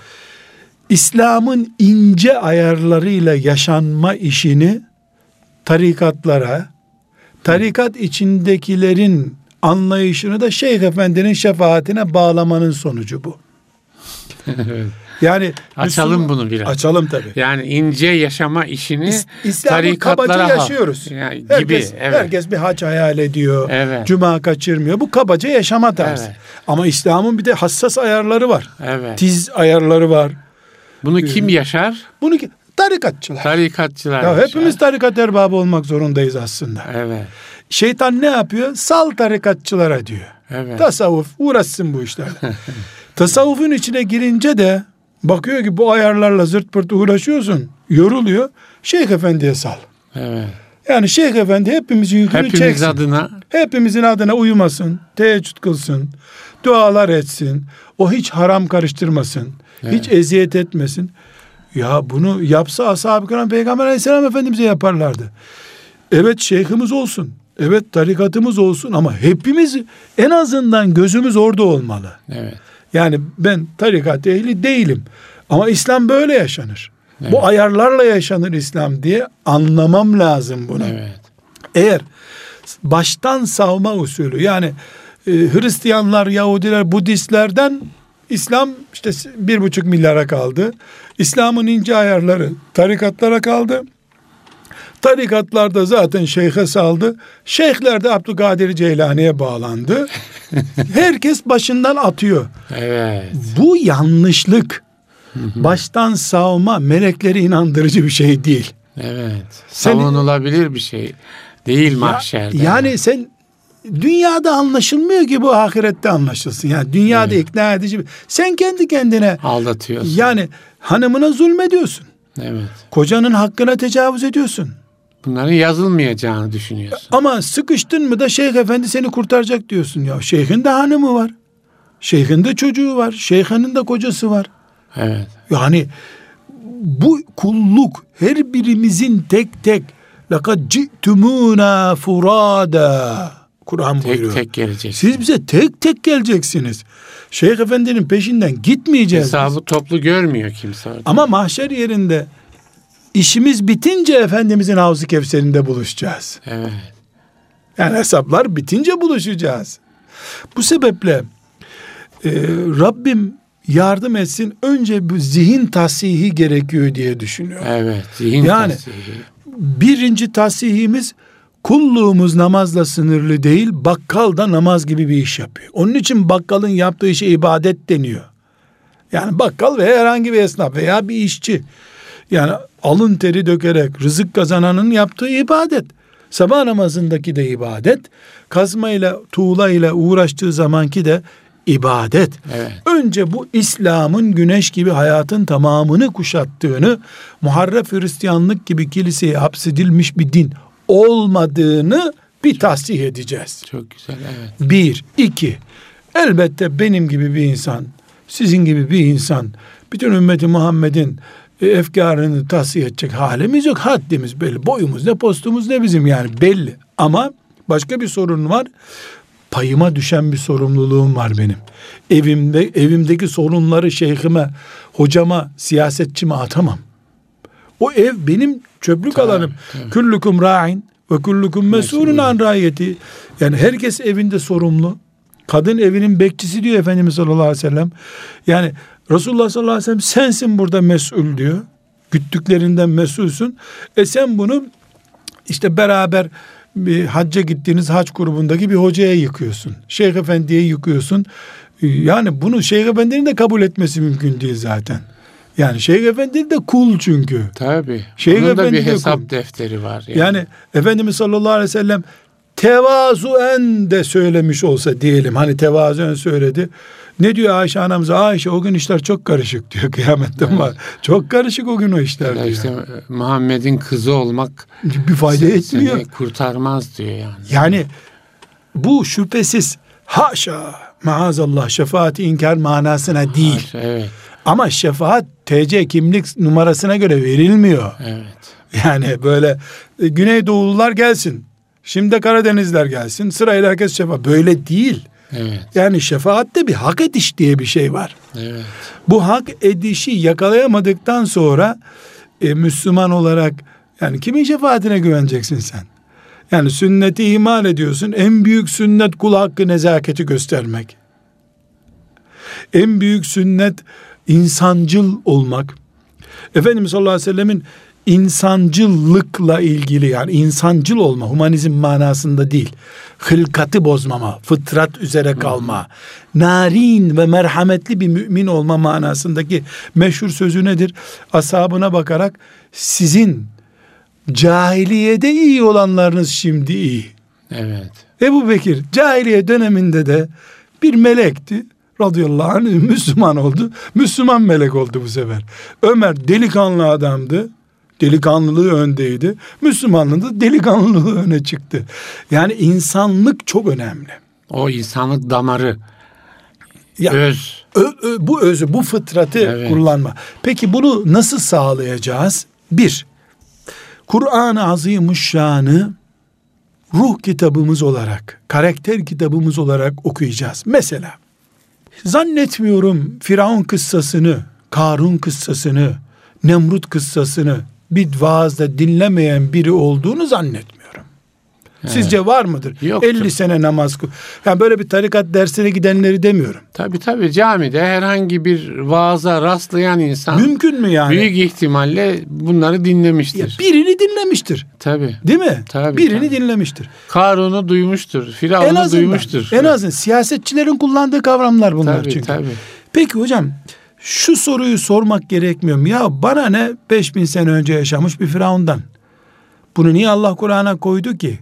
İslam'ın ince ayarlarıyla yaşanma işini tarikatlara, tarikat içindekilerin anlayışını da Şeyh Efendi'nin şefaatine bağlamanın sonucu bu. Evet. Yani Açalım Müslüman- bunu biraz. Açalım tabii. Yani ince yaşama işini İs- İslam'ı kabaca tarikatlara ha- yaşıyoruz. yani gibi. Herkes, Evet. herkes bir hac hayal ediyor. Evet. Cuma kaçırmıyor. Bu kabaca yaşama tarzı. Evet. Ama İslam'ın bir de hassas ayarları var. Evet. Tiz ayarları var. Bunu kim yaşar? Bunu ki tarikatçılar. Tarikatçılar Ya yaşar. hepimiz tarikat erbabı olmak zorundayız aslında. Evet. Şeytan ne yapıyor? Sal tarikatçılara diyor. Evet. Tasavvuf uğraşsın bu işlerle. Tasavvufun içine girince de bakıyor ki bu ayarlarla zırt pırt uğraşıyorsun. Yoruluyor. Şeyh Efendi'ye sal. Evet. Yani Şeyh Efendi hepimizin yükünü Hepimiz çeksin. adına Hepimizin adına uyumasın. Teheccüd kılsın. Dualar etsin. O hiç haram karıştırmasın. Evet. Hiç eziyet etmesin. Ya bunu yapsa ashab-ı kiram Peygamber Aleyhisselam Efendimiz'e yaparlardı. Evet şeyhimiz olsun. Evet tarikatımız olsun ama hepimiz en azından gözümüz orada olmalı. evet. Yani ben tarikat ehli değilim. Ama İslam böyle yaşanır. Evet. Bu ayarlarla yaşanır İslam diye anlamam lazım bunu. Evet. Eğer baştan savma usulü yani e, Hristiyanlar, Yahudiler, Budistlerden İslam işte bir buçuk milyara kaldı. İslam'ın ince ayarları tarikatlara kaldı. Tarikatlarda zaten şeyhe saldı. Şeyhler de Abdülkadir Ceylani'ye bağlandı. Herkes başından atıyor. Evet. Bu yanlışlık. Baştan savma melekleri inandırıcı bir şey değil. Evet. Seni- Savunulabilir bir şey değil mahşerde. Yani sen dünyada anlaşılmıyor ki bu ahirette anlaşılsın. Yani dünyada Evet. ikna edici. bir- Sen kendi kendine aldatıyorsun. yani hanımına zulmediyorsun. Evet. Kocanın hakkına tecavüz ediyorsun. Bunların yazılmayacağını düşünüyorsun. Ama sıkıştın mı da Şeyh Efendi seni kurtaracak diyorsun ya. Şeyhin de hanımı var. Şeyhin de çocuğu var. Şeyhanın da kocası var. Evet. Yani bu kulluk her birimizin tek tek لَقَدْ جِئْتُمُونَا فُرَادًا Kur'an Tek buyuruyor. tek gelecek. Siz bize tek tek geleceksiniz. Şeyh Efendi'nin peşinden gitmeyeceğiz. biz. Hesabı toplu görmüyor kimse orada. Ama mahşer yerinde işimiz bitince Efendimizin Havz-ı Kevser'inde buluşacağız. Evet. Yani hesaplar bitince buluşacağız. Bu sebeple e, Rabbim yardım etsin. Önce bu zihin tasihi gerekiyor diye düşünüyorum. Evet. Zihin Yani- tasihi. Birinci tasihimiz kulluğumuz namazla sınırlı değil. Bakkal da namaz gibi bir iş yapıyor. Onun için bakkalın yaptığı işe ibadet deniyor. Yani bakkal veya herhangi bir esnaf veya bir işçi. Yani alın teri dökerek rızık kazananın yaptığı ibadet. Sabah namazındaki de ibadet. Kazmayla, tuğlayla uğraştığı zamanki de ibadet. Evet. Önce bu İslam'ın güneş gibi hayatın tamamını kuşattığını, muharref Hristiyanlık gibi kiliseye hapsedilmiş bir din olmadığını bir tahsih edeceğiz. Çok güzel. Evet. Bir, iki, elbette benim gibi bir insan, sizin gibi bir insan, bütün ümmeti Muhammed'in e, efkarını tahsih edecek halimiz yok. Haddimiz belli, boyumuz ne, postumuz ne bizim yani belli. Ama başka bir sorun var. Payıma düşen bir sorumluluğum var benim. Evimde evimdeki sorunları şeyhime, hocama, siyasetçime atamam. O ev benim çöplük Tabii, alanım. tabii. Kullukum ra'in ve kullukum mesulun an ra'iyeti. Yani herkes evinde sorumlu. Kadın evinin bekçisi diyor Efendimiz sallallahu aleyhi ve sellem. Yani Resulullah sallallahu aleyhi ve sellem sensin burada mesul diyor. Güttüklerinden mesulsün. E sen bunu işte beraber bir hacca gittiğiniz hac grubundaki bir hocaya yıkıyorsun. Şeyh Efendi'ye yıkıyorsun. Yani bunu Şeyh Efendi'nin de kabul etmesi mümkün değil zaten. Yani Şeyh Efendi de kul çünkü. Tabii. Şeyh Onun da Efendi bir de hesap kul. defteri var. Yani. Yani Efendimiz sallallahu aleyhi ve sellem tevazuen de söylemiş olsa diyelim. Hani tevazuen söyledi. Ne diyor Ayşe anamıza? Ayşe o gün işler çok karışık diyor kıyamette. Evet. Var. Çok karışık o gün o işler Ya diyor. işte Muhammed'in kızı olmak Bir fayda seni etmiyor. kurtarmaz diyor yani. Yani bu şüphesiz haşa maazallah şefaati inkar manasına değil. Evet. Ama şefaat T C kimlik numarasına göre verilmiyor. Evet. Yani böyle e, Güneydoğulular gelsin. Şimdi Karadenizler gelsin. Sırayla herkes şefaat. Böyle değil. Evet. Yani şefaatte bir hak ediş diye bir şey var. Evet. Bu hak edişi yakalayamadıktan sonra e, Müslüman olarak yani kimin şefaatine güveneceksin sen? Yani sünneti ihmal ediyorsun. En büyük sünnet kul hakkı nezaketi göstermek. En büyük sünnet insancıl olmak. Efendimiz sallallahu aleyhi ve sellemin insancıllıkla ilgili, yani insancıl olma, humanizm manasında değil, hılkatı bozmama, fıtrat üzere kalma, narin ve merhametli bir mümin olma manasındaki meşhur sözü nedir? Ashabına bakarak, sizin cahiliyede iyi olanlarınız şimdi iyi. Evet. Ebu Bekir cahiliye döneminde de bir melekti. Radıyallahu anh Müslüman oldu. Müslüman melek oldu bu sefer. Ömer delikanlı adamdı. Delikanlılığı öndeydi. Müslümanlığı delikanlılığı öne çıktı. Yani insanlık çok önemli. O insanlık damarı. Ya, öz. Ö, ö, bu özü, bu fıtratı evet. kullanma. Peki bunu nasıl sağlayacağız? Bir, Kur'an-ı Azimuşşan'ı ruh kitabımız olarak, karakter kitabımız olarak okuyacağız. Mesela, zannetmiyorum Firavun kıssasını, Karun kıssasını, Nemrut kıssasını bir vaazda dinlemeyen biri olduğunu zannetmiyorum. Evet. Sizce var mıdır? Yoktur. elli sene namaz kıl. Yani böyle bir tarikat dersine gidenleri demiyorum. Tabii tabii, camide herhangi bir vaaza rastlayan insan mümkün mü yani? Büyük ihtimalle bunları dinlemiştir. Ya birini dinlemiştir. Tabii. Değil mi? Tabii, birini tabii. dinlemiştir. Karun'u duymuştur. Firavun'u duymuştur. En azından siyasetçilerin kullandığı kavramlar bunlar tabii, çünkü. Tabii. Peki hocam, şu soruyu sormak gerekmiyor mu? Ya bana ne beş bin sene önce yaşamış bir Firavun'dan? Bunu niye Allah Kur'an'a koydu ki?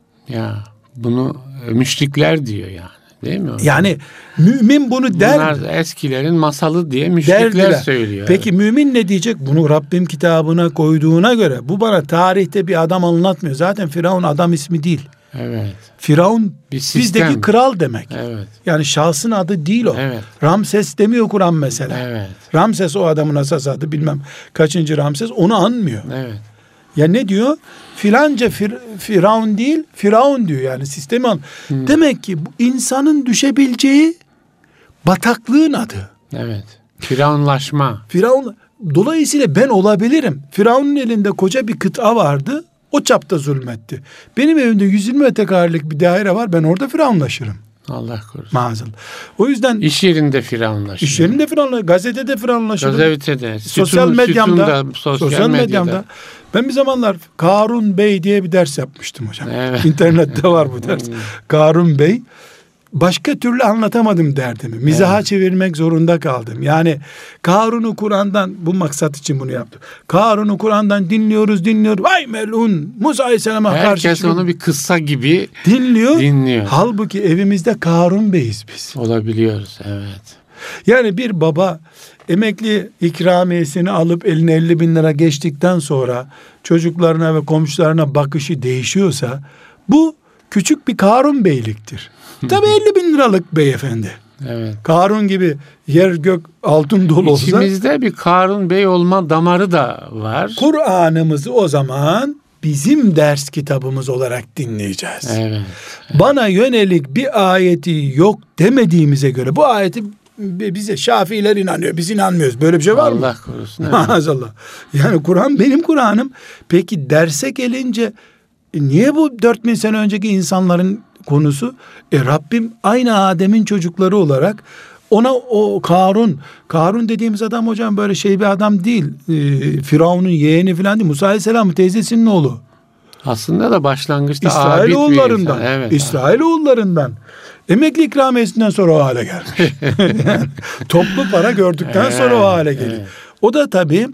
Ya bunu müşrikler diyor yani. Değil mi? Yani mümin bunu der. Bunlar eskilerin masalı diye müşrikler derdiler. söylüyor. Peki mümin ne diyecek? Bunu Rabbim kitabına koyduğuna göre bu bana tarihte bir adam anlatmıyor. Zaten Firavun adam ismi değil. Evet. Firavun bir sistem. Bizdeki kral demek. Evet. Yani şahsın adı değil o. Evet. Ramses demiyor Kur'an mesela. Evet. Ramses o adamın asas adı, bilmem kaçıncı Ramses, onu anmıyor. Evet. Ya ne diyor? Filanca fir, Firavun değil, Firavun diyor, yani sistemi an. Hmm. Demek ki bu insanın düşebileceği bataklığın adı. Evet. Firavunlaşma. Firavun, dolayısıyla ben olabilirim. Firavun'un elinde koca bir kıta vardı. O çapta zulmetti. Benim evimde yüz yirmi metrekarelik bir daire var. Ben orada firavunlaşırım. Allah korusun. Maazallah. O yüzden iş yerinde firavunlaşırım. İş yerinde firavunlaşırım. Gazetede firavunlaşırım. Gazetede. Sosyal sütun, medyamda. sütunda, sosyal, sosyal medyada. medyamda. Ben bir zamanlar Karun Bey diye bir ders yapmıştım hocam. Evet. İnternette var bu ders. Karun Bey. Başka türlü anlatamadım derdimi. Mizaha evet. çevirmek zorunda kaldım. Yani Karun'u Kur'an'dan, bu maksat için bunu yaptım. Karun'u Kur'an'dan dinliyoruz, dinliyoruz. Vay melun, Musa Aleyhisselam'a karşı herkes çıkıyor. Onu bir kıssa gibi dinliyor. dinliyor. Halbuki evimizde Karun Bey'iz biz. Olabiliyoruz, evet. Yani bir baba emekli ikramiyesini alıp eline elli bin lira geçtikten sonra çocuklarına ve komşularına bakışı değişiyorsa bu küçük bir Karun Beyliktir. Tabii elli bin liralık beyefendi. Evet. Karun gibi yer gök altın dolu olsa. İçimizde bir Karun Bey olma damarı da var. Kur'an'ımızı o zaman bizim ders kitabımız olarak dinleyeceğiz. Evet. Evet. Bana yönelik bir ayeti yok demediğimize göre, bu ayeti bize Şafiiler inanıyor, biz inanmıyoruz. Böyle bir şey var Allah mı? Allah korusun. Evet. Maazallah. Yani Kur'an benim Kur'an'ım. Peki derse gelince e niye bu dört bin sene önceki insanların konusu? E Rabbim aynı Adem'in çocukları olarak ona o Karun, Karun dediğimiz adam hocam böyle şey bir adam değil. E, Firavun'un yeğeni falan değil. Musa Aleyhisselam'ın teyzesinin oğlu. Aslında da başlangıçta İsrailoğullarından. Evet. İsrailoğullarından. Emekli ikramiyesinden sonra o hale gelmiş. Yani toplu para gördükten evet, sonra o hale geliyor. Evet. O da tabii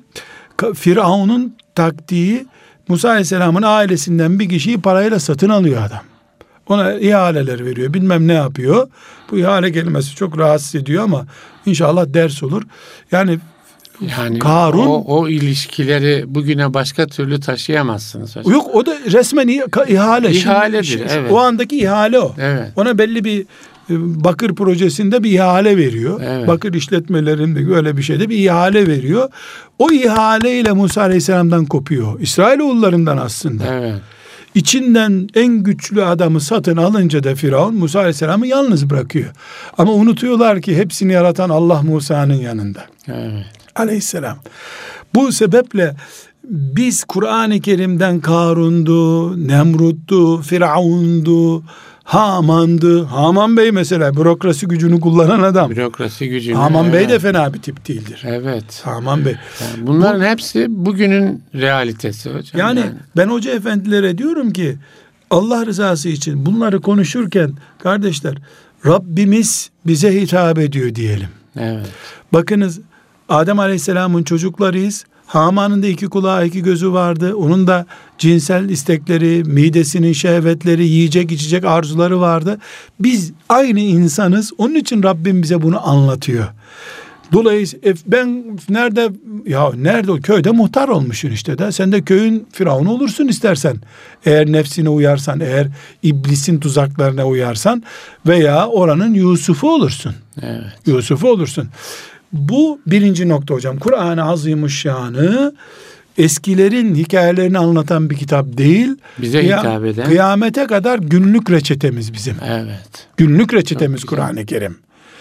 Firavun'un taktiği, Musa Aleyhisselam'ın ailesinden bir kişiyi parayla satın alıyor adam. Ona ihaleler veriyor, bilmem ne yapıyor. Bu ihale kelimesi çok rahatsız ediyor ama inşallah ders olur. Yani Yani Karun, o, o ilişkileri bugüne başka türlü taşıyamazsınız hocam. Yok, o da resmen ihale. İhaledir, Şimdi, evet. O andaki ihale o. Evet. Ona belli bir bakır projesinde bir ihale veriyor. Evet. Bakır işletmelerinde öyle bir şeyde bir ihale veriyor. O ihaleyle Musa Aleyhisselam'dan kopuyor. İsrailoğullarından aslında. Evet. İçinden en güçlü adamı satın alınca da Firavun Musa Aleyhisselam'ı yalnız bırakıyor. Ama unutuyorlar ki hepsini yaratan Allah Musa'nın yanında. Evet. Aleyhisselam. Bu sebeple biz Kur'an-ı Kerim'den Karun'du, Nemrut'tu, Firavun'du, Haman'dı. Haman Bey mesela bürokrasi gücünü kullanan adam. Bürokrasi gücünü. Haman evet. Bey de fena bir tip değildir. Evet. Haman Bey. Yani bunların Bu, hepsi bugünün realitesi hocam. Yani, yani ben hoca efendilere diyorum ki Allah rızası için bunları konuşurken kardeşler Rabbimiz bize hitap ediyor diyelim. Evet. Bakınız Adem Aleyhisselam'ın çocuklarıyız. Haman'ın da iki kulağı iki gözü vardı. Onun da cinsel istekleri, midesinin şehvetleri, yiyecek içecek arzuları vardı. Biz aynı insanız. Onun için Rabbim bize bunu anlatıyor. Dolayısıyla ben nerede ya nerede o köyde muhtar olmuşsun işte de sen de köyün firavunu olursun istersen. Eğer nefsine uyarsan, eğer iblisin tuzaklarına uyarsan veya oranın Yusuf'u olursun. Evet. Yusuf'u olursun. Bu birinci nokta hocam. Kur'an-ı Azimuşşan'ı eskilerin hikayelerini anlatan bir kitap değil. Bize Kıya- hitap eden. Kıyamete kadar günlük reçetemiz bizim. Evet. Günlük reçetemiz Kur'an-ı Kerim.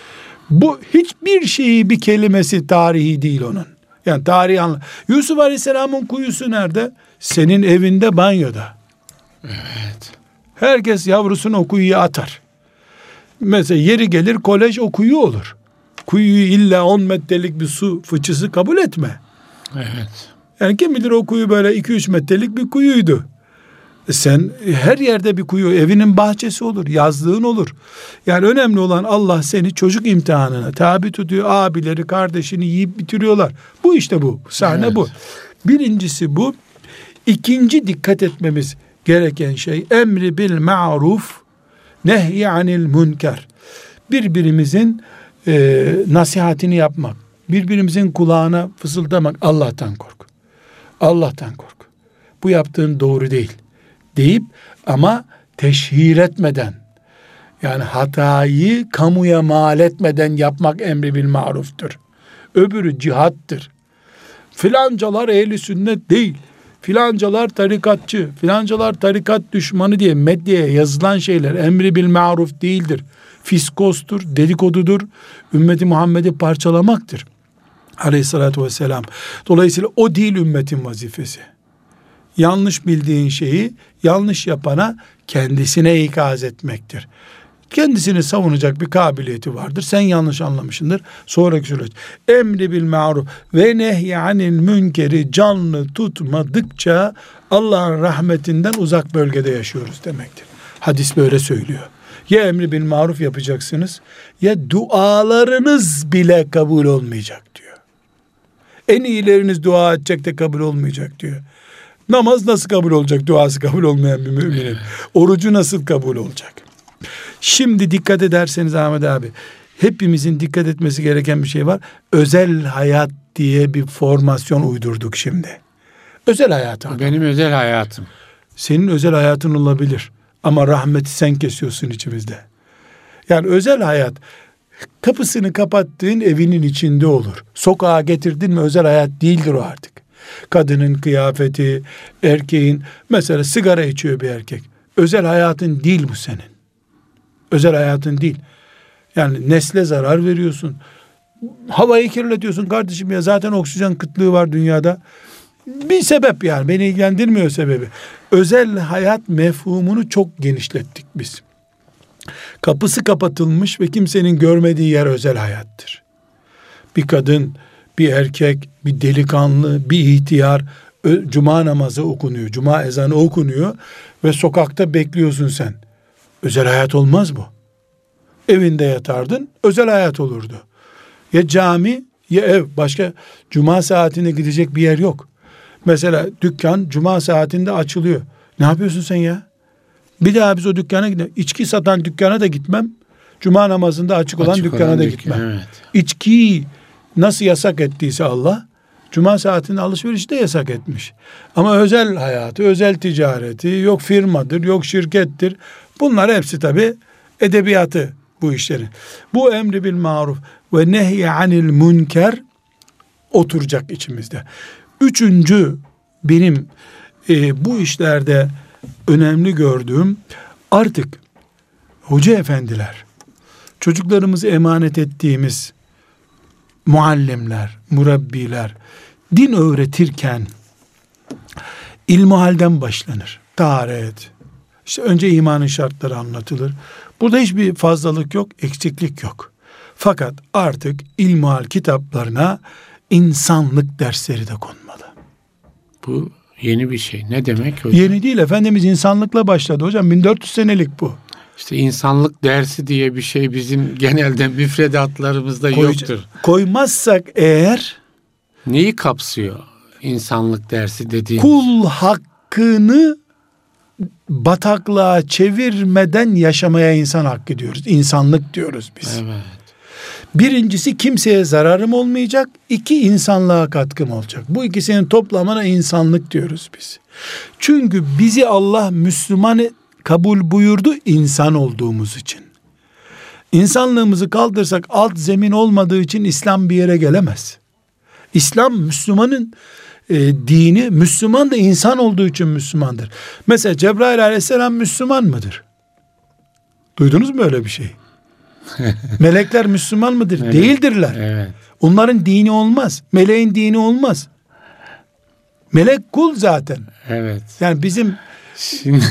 Bu hiçbir şeyi bir kelimesi tarihi değil onun. Yani tarihi anla. Yusuf Aleyhisselam'ın kuyusu nerede? Senin evinde banyoda. Evet. Herkes yavrusunu o kuyuya atar. Mesela yeri gelir kolej o kuyu olur. Kuyuyu illa on metrelik bir su fıçısı kabul etme. Evet. Yani kim bilir o kuyu böyle iki üç metrelik bir kuyuydu. Sen her yerde bir kuyu, evinin bahçesi olur, yazlığın olur. Yani önemli olan Allah seni çocuk imtihanına tabi tutuyor. Abileri, kardeşini yiyip bitiriyorlar. Bu işte bu. Sahne Evet. bu. Birincisi bu. İkinci dikkat etmemiz gereken şey emri bil ma'ruf nehy anil münker. Birbirimizin e, nasihatini yapmak, birbirimizin kulağına fısıldamak. Allah'tan kork. Allah'tan kork. Bu yaptığın doğru değil deyip ama teşhir etmeden, yani hatayı kamuya mal etmeden yapmak emri bil maruftur. Öbürü cihattır. Filancalar ehli sünnet değil, filancalar tarikatçı, filancalar tarikat düşmanı diye medyaya yazılan şeyler emri bil maruf değildir. Fiskostur, dedikodudur, ümmeti Muhammed'i parçalamaktır. Aleyhissalatü vesselam. Dolayısıyla o değil ümmetin vazifesi. Yanlış bildiğin şeyi yanlış yapana kendisine ikaz etmektir. Kendisini savunacak bir kabiliyeti vardır. Sen yanlış anlamışsındır. Sonraki süreç. Emri bil ma'ruf ve nehy anil münkeri canlı tutmadıkça Allah'ın rahmetinden uzak bölgede yaşıyoruz demektir. Hadis böyle söylüyor. Ya emri bil maruf yapacaksınız ya dualarınız bile kabul olmayacak diyor. En iyileriniz dua edecek de kabul olmayacak diyor. Namaz nasıl kabul olacak duası kabul olmayan bir müminin? Orucu nasıl kabul olacak? Şimdi dikkat ederseniz Ahmet abi, hepimizin dikkat etmesi gereken bir şey var. Özel hayat diye bir formasyon uydurduk şimdi. Özel hayat abi. Benim özel hayatım. Senin özel hayatın olabilir. Ama rahmeti sen kesiyorsun içimizde. Yani özel hayat kapısını kapattığın evinin içinde olur. Sokağa getirdin mi özel hayat değildir o artık. Kadının kıyafeti, erkeğin mesela sigara içiyor bir erkek. Özel hayatın değil bu senin. Özel hayatın değil. Yani nesle zarar veriyorsun. Havayı kirletiyorsun kardeşim ya, zaten oksijen kıtlığı var dünyada. Bir sebep yani, beni ilgilendirmiyor sebebi. Özel hayat mefhumunu çok genişlettik biz. Kapısı kapatılmış ve kimsenin görmediği yer özel hayattır. Bir kadın, bir erkek, bir delikanlı, bir ihtiyar, cuma namazı okunuyor, cuma ezanı okunuyor ve sokakta bekliyorsun sen. Özel hayat olmaz bu. Evinde yatardın, özel hayat olurdu. Ya cami ya ev, başka cuma saatinde gidecek bir yer yok. Mesela dükkan cuma saatinde açılıyor. Ne yapıyorsun sen ya? Bir daha biz o dükkana gidelim. İçki satan dükkana da gitmem. Cuma namazında açık olan Açık dükkana olan da dükkan, gitmem. evet. İçkiyi nasıl yasak ettiyse Allah, cuma saatinde alışverişi de yasak etmiş. Ama özel hayatı, özel ticareti, yok firmadır, yok şirkettir. Bunlar hepsi tabii edebiyatı bu işleri. Bu emri bil maruf ve nehy anil münker oturacak içimizde. Üçüncü benim e, bu işlerde önemli gördüğüm, artık hoca efendiler, çocuklarımızı emanet ettiğimiz muallimler, murabbiler din öğretirken ilmuhalden başlanır. Taharet, işte önce imanın şartları anlatılır. Burada hiçbir fazlalık yok, eksiklik yok. Fakat artık ilmuhal kitaplarına insanlık dersleri de konmalı. Bu yeni bir şey. Ne demek hocam? Yeni değil, Efendimiz insanlıkla başladı hocam. bin dört yüz senelik bu. İşte insanlık dersi diye bir şey bizim genelde müfredatlarımızda Koy, yoktur. Koymazsak eğer, neyi kapsıyor insanlık dersi dediğimiz? Kul hakkını bataklığa çevirmeden yaşamaya insan hakkı diyoruz. İnsanlık diyoruz biz. Evet. Birincisi, kimseye zararım olmayacak. İki, insanlığa katkım olacak. Bu ikisinin toplamına insanlık diyoruz biz. Çünkü bizi Allah Müslüman kabul buyurdu insan olduğumuz için. İnsanlığımızı kaldırsak alt zemin olmadığı için İslam bir yere gelemez. İslam Müslümanın e, dini, Müslüman da insan olduğu için Müslümandır. Mesela Cebrail aleyhisselam Müslüman mıdır? Duydunuz mu öyle bir şey? Melekler Müslüman mıdır? Evet. Değildirler. Evet. Onların dini olmaz. Meleğin dini olmaz. Melek kul zaten. Evet. Yani bizim şimdi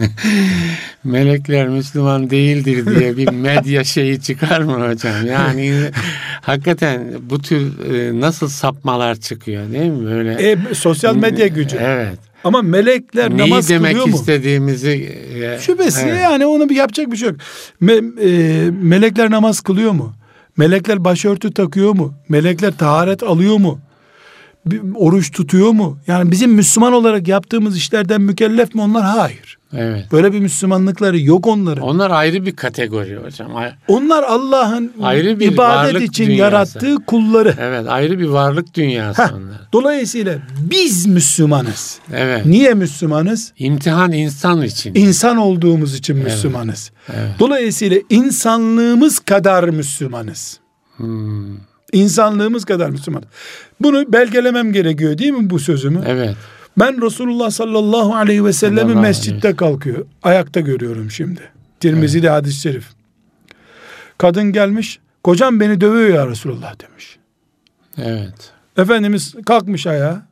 melekler Müslüman değildir diye bir medya şeyi çıkar mı hocam? Yani hakikaten bu tür e, nasıl sapmalar çıkıyor değil mi böyle? E, sosyal medya gücü. Evet. Ama melekler neyi namaz kılıyor mu? Neyi demek istediğimizi e, şüphesiz evet. Yani onu bir yapacak bir şey yok. Me, e, melekler namaz kılıyor mu? Melekler başörtü takıyor mu? Melekler taharet alıyor mu? Bir, oruç tutuyor mu? Yani bizim Müslüman olarak yaptığımız işlerden mükellef mi onlar? Hayır. Evet. Böyle bir Müslümanlıkları yok onların. Onlar ayrı bir kategori hocam. Onlar Allah'ın ayrı bir ibadet için dünyası. Yarattığı kulları. Evet, ayrı bir varlık dünyası Heh, onlar. Dolayısıyla biz Müslümanız. Evet. Niye Müslümanız? İmtihan insan için. İnsan olduğumuz için evet. Müslümanız. Evet. Dolayısıyla insanlığımız kadar Müslümanız. Hmm. İnsanlığımız kadar Müslüman. Bunu belgelemem gerekiyor değil mi bu sözümü? Evet. Ben Resulullah sallallahu aleyhi ve sellem'i mescitte kalkıyor. Ayakta görüyorum şimdi. Tirmizi'de evet. Hadis-i şerif. Kadın gelmiş, kocam beni dövüyor ya Resulullah demiş. Evet. Efendimiz kalkmış ayağa.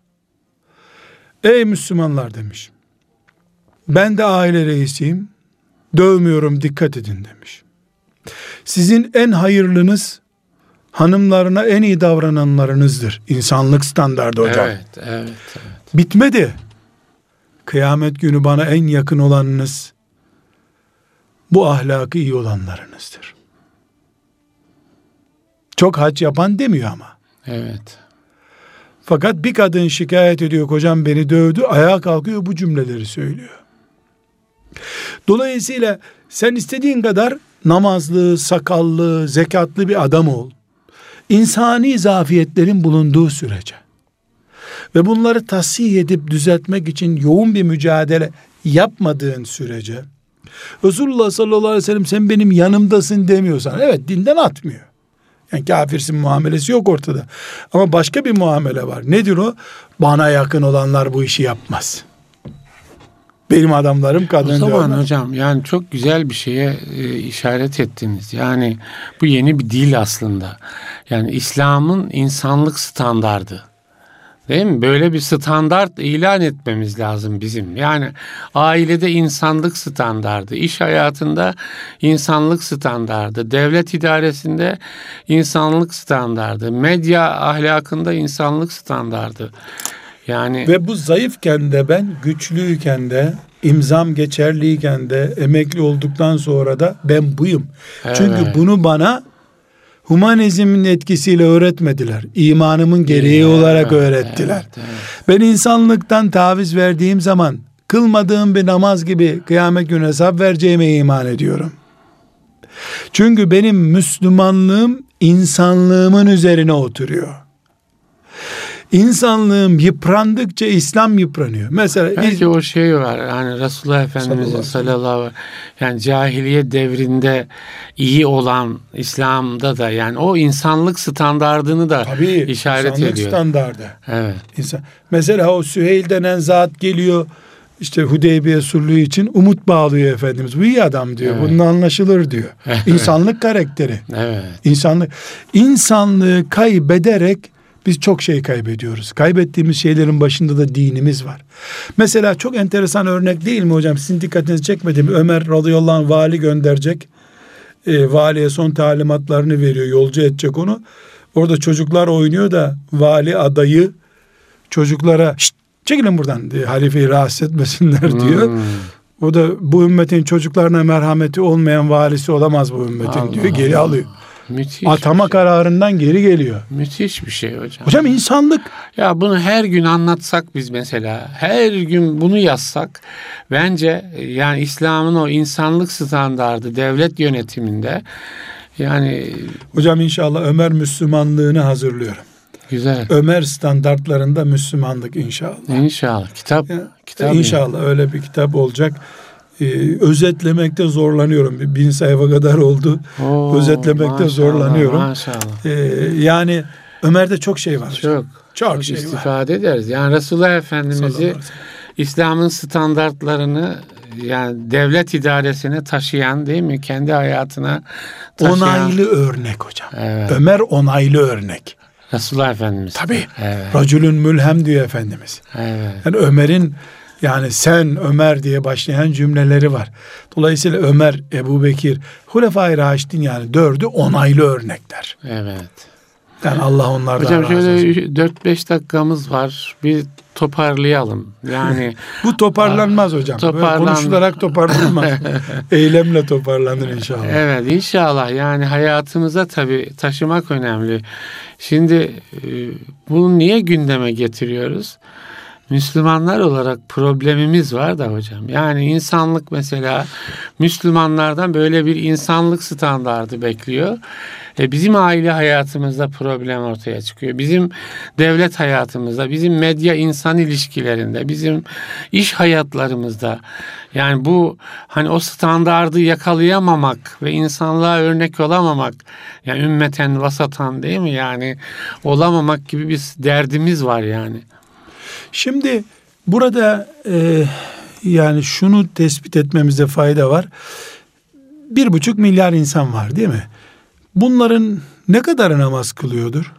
Ey Müslümanlar demiş. Ben de aile reisiyim. Dövmüyorum, dikkat edin demiş. Sizin en hayırlınız hanımlarına en iyi davrananlarınızdır. İnsanlık standardı hocam. Evet, evet, evet. Bitmedi. Kıyamet günü bana en yakın olanınız bu ahlakı iyi olanlarınızdır. Çok hac yapan demiyor ama. Evet. Fakat bir kadın şikayet ediyor, kocam beni dövdü, ayağa kalkıyor bu cümleleri söylüyor. Dolayısıyla sen istediğin kadar namazlı, sakallı, zekatlı bir adam ol. İnsani zafiyetlerin bulunduğu sürece ve bunları tasih edip düzeltmek için yoğun bir mücadele yapmadığın sürece, Resulullah sallallahu aleyhi ve sellem sen benim yanımdasın demiyorsan, evet dinden atmıyor. Yani kafirsin muamelesi yok ortada. Ama başka bir muamele var. Nedir o? Bana yakın olanlar bu işi yapmaz. Benim adamlarım kadın. O zaman dövmez. hocam yani çok güzel bir şeye e, işaret ettiniz. Yani bu yeni bir dil aslında. Yani İslam'ın insanlık standardı. Değil mi? Böyle bir standart ilan etmemiz lazım bizim. Yani ailede insanlık standardı, iş hayatında insanlık standardı, devlet idaresinde insanlık standardı, medya ahlakında insanlık standardı. Yani ve bu zayıfken de ben, güçlüyken de, imzam geçerliyken de, emekli olduktan sonra da ben buyum. Evet. Çünkü bunu bana humanizmin etkisiyle öğretmediler. İmanımın gereği evet, olarak öğrettiler. Evet, evet. Ben insanlıktan taviz verdiğim zaman kılmadığım bir namaz gibi kıyamet günü hesap vereceğime iman ediyorum. Çünkü benim Müslümanlığım insanlığımın üzerine oturuyor. İnsanlığım yıprandıkça İslam yıpranıyor. Mesela belki biz, o şey var. Hani Resulullah Efendimizin sallallahu aleyhi ve yani cahiliye devrinde iyi olan İslam'da da yani o insanlık standardını da tabii, işaret insanlık ediyor. standardı. Evet. İnsan, mesela o Süheyl denen zat geliyor işte Hudeybiye sulhu için umut bağlıyor Efendimiz. Bu iyi adam diyor. Evet. Bununla anlaşılır diyor. Evet. İnsanlık karakteri. Evet. İnsanlık, insanlığı kaybederek biz çok şey kaybediyoruz. Kaybettiğimiz şeylerin başında da dinimiz var. Mesela çok enteresan örnek değil mi hocam? Sizin dikkatinizi çekmedi mi? Ömer radıyallahu anh vali gönderecek. E, valiye son talimatlarını veriyor. Yolcu edecek onu. Orada çocuklar oynuyor da vali adayı çocuklara şşt çekilin buradan diye, halifeyi rahatsız etmesinler diyor. Hmm. O da bu ümmetin çocuklarına merhameti olmayan valisi olamaz bu ümmetin Allah diyor. Geri Allah. alıyor. Müthiş Atama şey. kararından geri geliyor. Müthiş bir şey hocam. Hocam insanlık. Ya bunu her gün anlatsak biz mesela, her gün bunu yazsak bence yani İslam'ın o insanlık standardı devlet yönetiminde yani. Hocam inşallah Ömer Müslümanlığını hazırlıyorum. Güzel. Ömer standartlarında Müslümanlık inşallah. İnşallah. Kitap. Ya, kitap inşallah yani. Öyle bir kitap olacak. Ee, özetlemekte zorlanıyorum. Bir bin sayfa kadar oldu. Oo, özetlemekte maşallah, zorlanıyorum. Maşallah. Ee, yani Ömer'de çok şey var. Çok. Çok, çok şey istifade var. ederiz. Yani Resulullah Efendimiz'i İslam'ın standartlarını yani devlet idaresine taşıyan değil mi? Kendi hayatına taşıyan. Onaylı örnek hocam. Evet. Ömer onaylı örnek. Resulullah Efendimiz. Tabii. Evet. Racülün mülhem diyor Efendimiz. Evet. Yani Ömer'in yani sen Ömer diye başlayan cümleleri var. Dolayısıyla Ömer, Ebu Bekir, Hulefai Raşidin yani dördü onaylı örnekler. Evet. Yani Allah onlardan hocam razı olsun. Hocam şöyle dört beş dakikamız var. Bir toparlayalım. Yani bu toparlanmaz hocam. Toparlan... Konuşularak toparlanmaz. Eylemle toparlanır inşallah. Evet inşallah. Yani hayatımıza tabii taşımak önemli. Şimdi bunu niye gündeme getiriyoruz? Müslümanlar olarak problemimiz var da hocam. Yani insanlık mesela Müslümanlardan böyle bir insanlık standardı bekliyor. E bizim aile hayatımızda problem ortaya çıkıyor. Bizim devlet hayatımızda, bizim medya insan ilişkilerinde, bizim iş hayatlarımızda yani bu hani o standardı yakalayamamak ve insanlığa örnek olamamak yani ümmeten vasatan değil mi yani olamamak gibi bir derdimiz var yani. Şimdi burada e, yani şunu tespit etmemizde fayda var. Bir buçuk milyar insan var değil mi? Bunların ne kadarı namaz kılıyordur?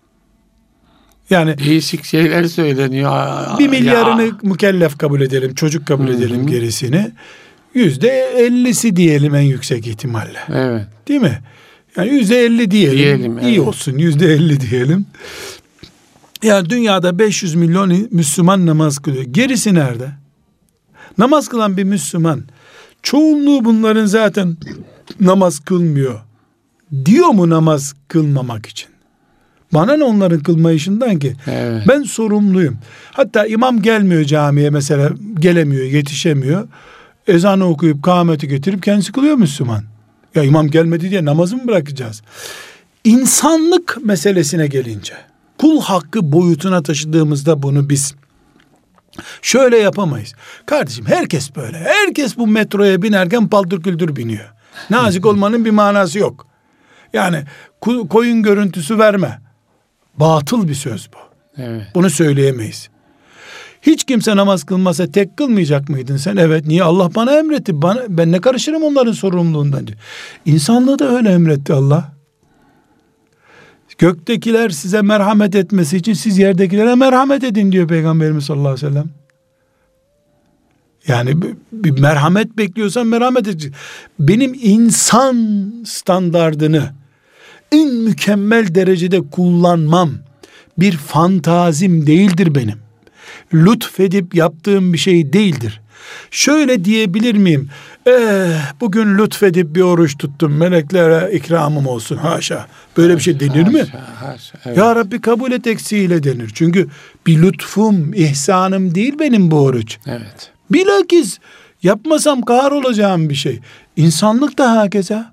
Yani değişik şeyler söyleniyor. Bir milyarını ya. mükellef kabul edelim, çocuk kabul Hı-hı. edelim gerisini. Yüzde ellisi diyelim en yüksek ihtimalle. Evet. Değil mi? Yani yüzde elli diyelim. diyelim İyi evet. olsun yüzde elli diyelim. Yani dünyada beş yüz milyon Müslüman namaz kılıyor. Gerisi nerede? Namaz kılan bir Müslüman çoğunluğu bunların zaten namaz kılmıyor. Diyor mu namaz kılmamak için? Bana ne onların kılmayışından ki? Evet. Ben sorumluyum. Hatta imam gelmiyor camiye mesela gelemiyor, yetişemiyor. Ezanı okuyup kâmeti getirip kendisi kılıyor Müslüman. Ya imam gelmedi diye namazı mı bırakacağız? İnsanlık meselesine gelince kul hakkı boyutuna taşıdığımızda bunu biz şöyle yapamayız. Kardeşim herkes böyle. Herkes bu metroya binerken paldır küldür biniyor. Nazik olmanın bir manası yok. Yani koyun görüntüsü verme. Batıl bir söz bu. Evet. Bunu söyleyemeyiz. Hiç kimse namaz kılmasa tek kılmayacak mıydın sen? Evet. Niye? Allah bana emretti. Bana, ben ne karışırım onların sorumluluğundan diyor. İnsanlığı da öyle emretti Allah. Göktekiler size merhamet etmesi için siz yerdekilere merhamet edin diyor Peygamberimiz sallallahu aleyhi ve sellem. Yani bir merhamet bekliyorsan merhamet edeceksin. Benim insan standardını en mükemmel derecede kullanmam bir fantazim değildir benim. Lütfedip yaptığım bir şey değildir. Şöyle diyebilir miyim? Eh, bugün lütfedip bir oruç tuttum. Meleklere ikramım olsun. Haşa. Böyle haşa, bir şey denir mi? Haşa, haşa, evet. Ya Rabbi kabul et eksiğiyle denir. Çünkü bir lütfum, ihsanım değil benim bu oruç. Evet. Bilakis yapmasam kahrolacağım bir şey. İnsanlık da hakeza.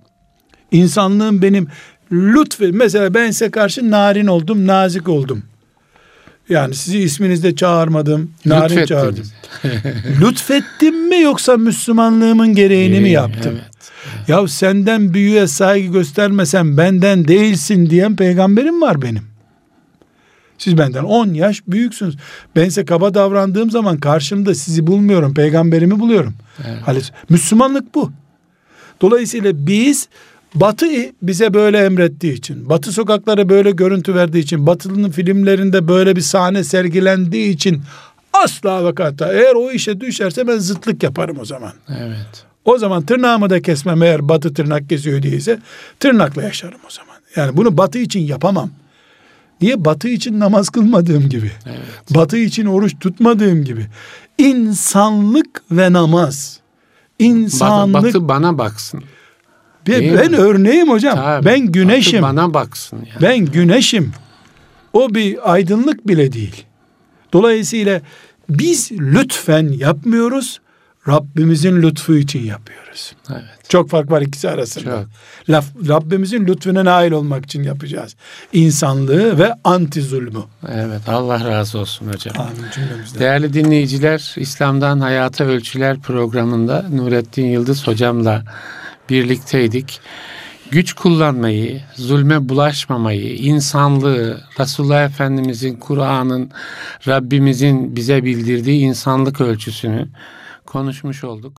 İnsanlığın benim lütfü. Mesela ben size karşı narin oldum, nazik oldum. Yani sizi isminizle çağırmadım, narin Lütfettiniz. çağırdım. Lütfettim mi yoksa Müslümanlığımın gereğini mi yaptım? Evet. Ya senden büyüğe saygı göstermesen benden değilsin diyen peygamberim var benim. Siz benden on yaş büyüksünüz. Ben size kaba davrandığım zaman karşımda sizi bulmuyorum, peygamberimi buluyorum. Evet. Müslümanlık bu. Dolayısıyla biz Batı bize böyle emrettiği için, Batı sokaklara böyle görüntü verdiği için, Batılı'nın filmlerinde böyle bir sahne sergilendiği için asla ve kata eğer o işe düşerse ben zıtlık yaparım o zaman. Evet. O zaman tırnağımı da kesmem eğer Batı tırnak kesiyor değilse tırnakla yaşarım o zaman. Yani bunu Batı için yapamam. Niye? Batı için namaz kılmadığım gibi. Evet. Batı için oruç tutmadığım gibi. İnsanlık ve namaz. İnsanlık. Batı, batı bana baksın. Ben, ben örneğim hocam. Tabii, ben güneşim. Batı bana baksın. Yani. Ben güneşim. O bir aydınlık bile değil. Dolayısıyla biz lütfen yapmıyoruz. Rabbimizin lütfu için yapıyoruz. Evet. Çok fark var ikisi arasında. Çok. Laf, Rabbimizin lütfuna nail olmak için yapacağız. İnsanlığı ve anti zulmü. Evet. Allah razı olsun hocam. Amin cümlemizden. Değerli dinleyiciler, İslam'dan Hayata Ölçüler programında Nurettin Yıldız hocamla birlikteydik. Güç kullanmayı, zulme bulaşmamayı, insanlığı, Resulullah Efendimizin, Kur'an'ın, Rabbimizin bize bildirdiği insanlık ölçüsünü konuşmuş olduk.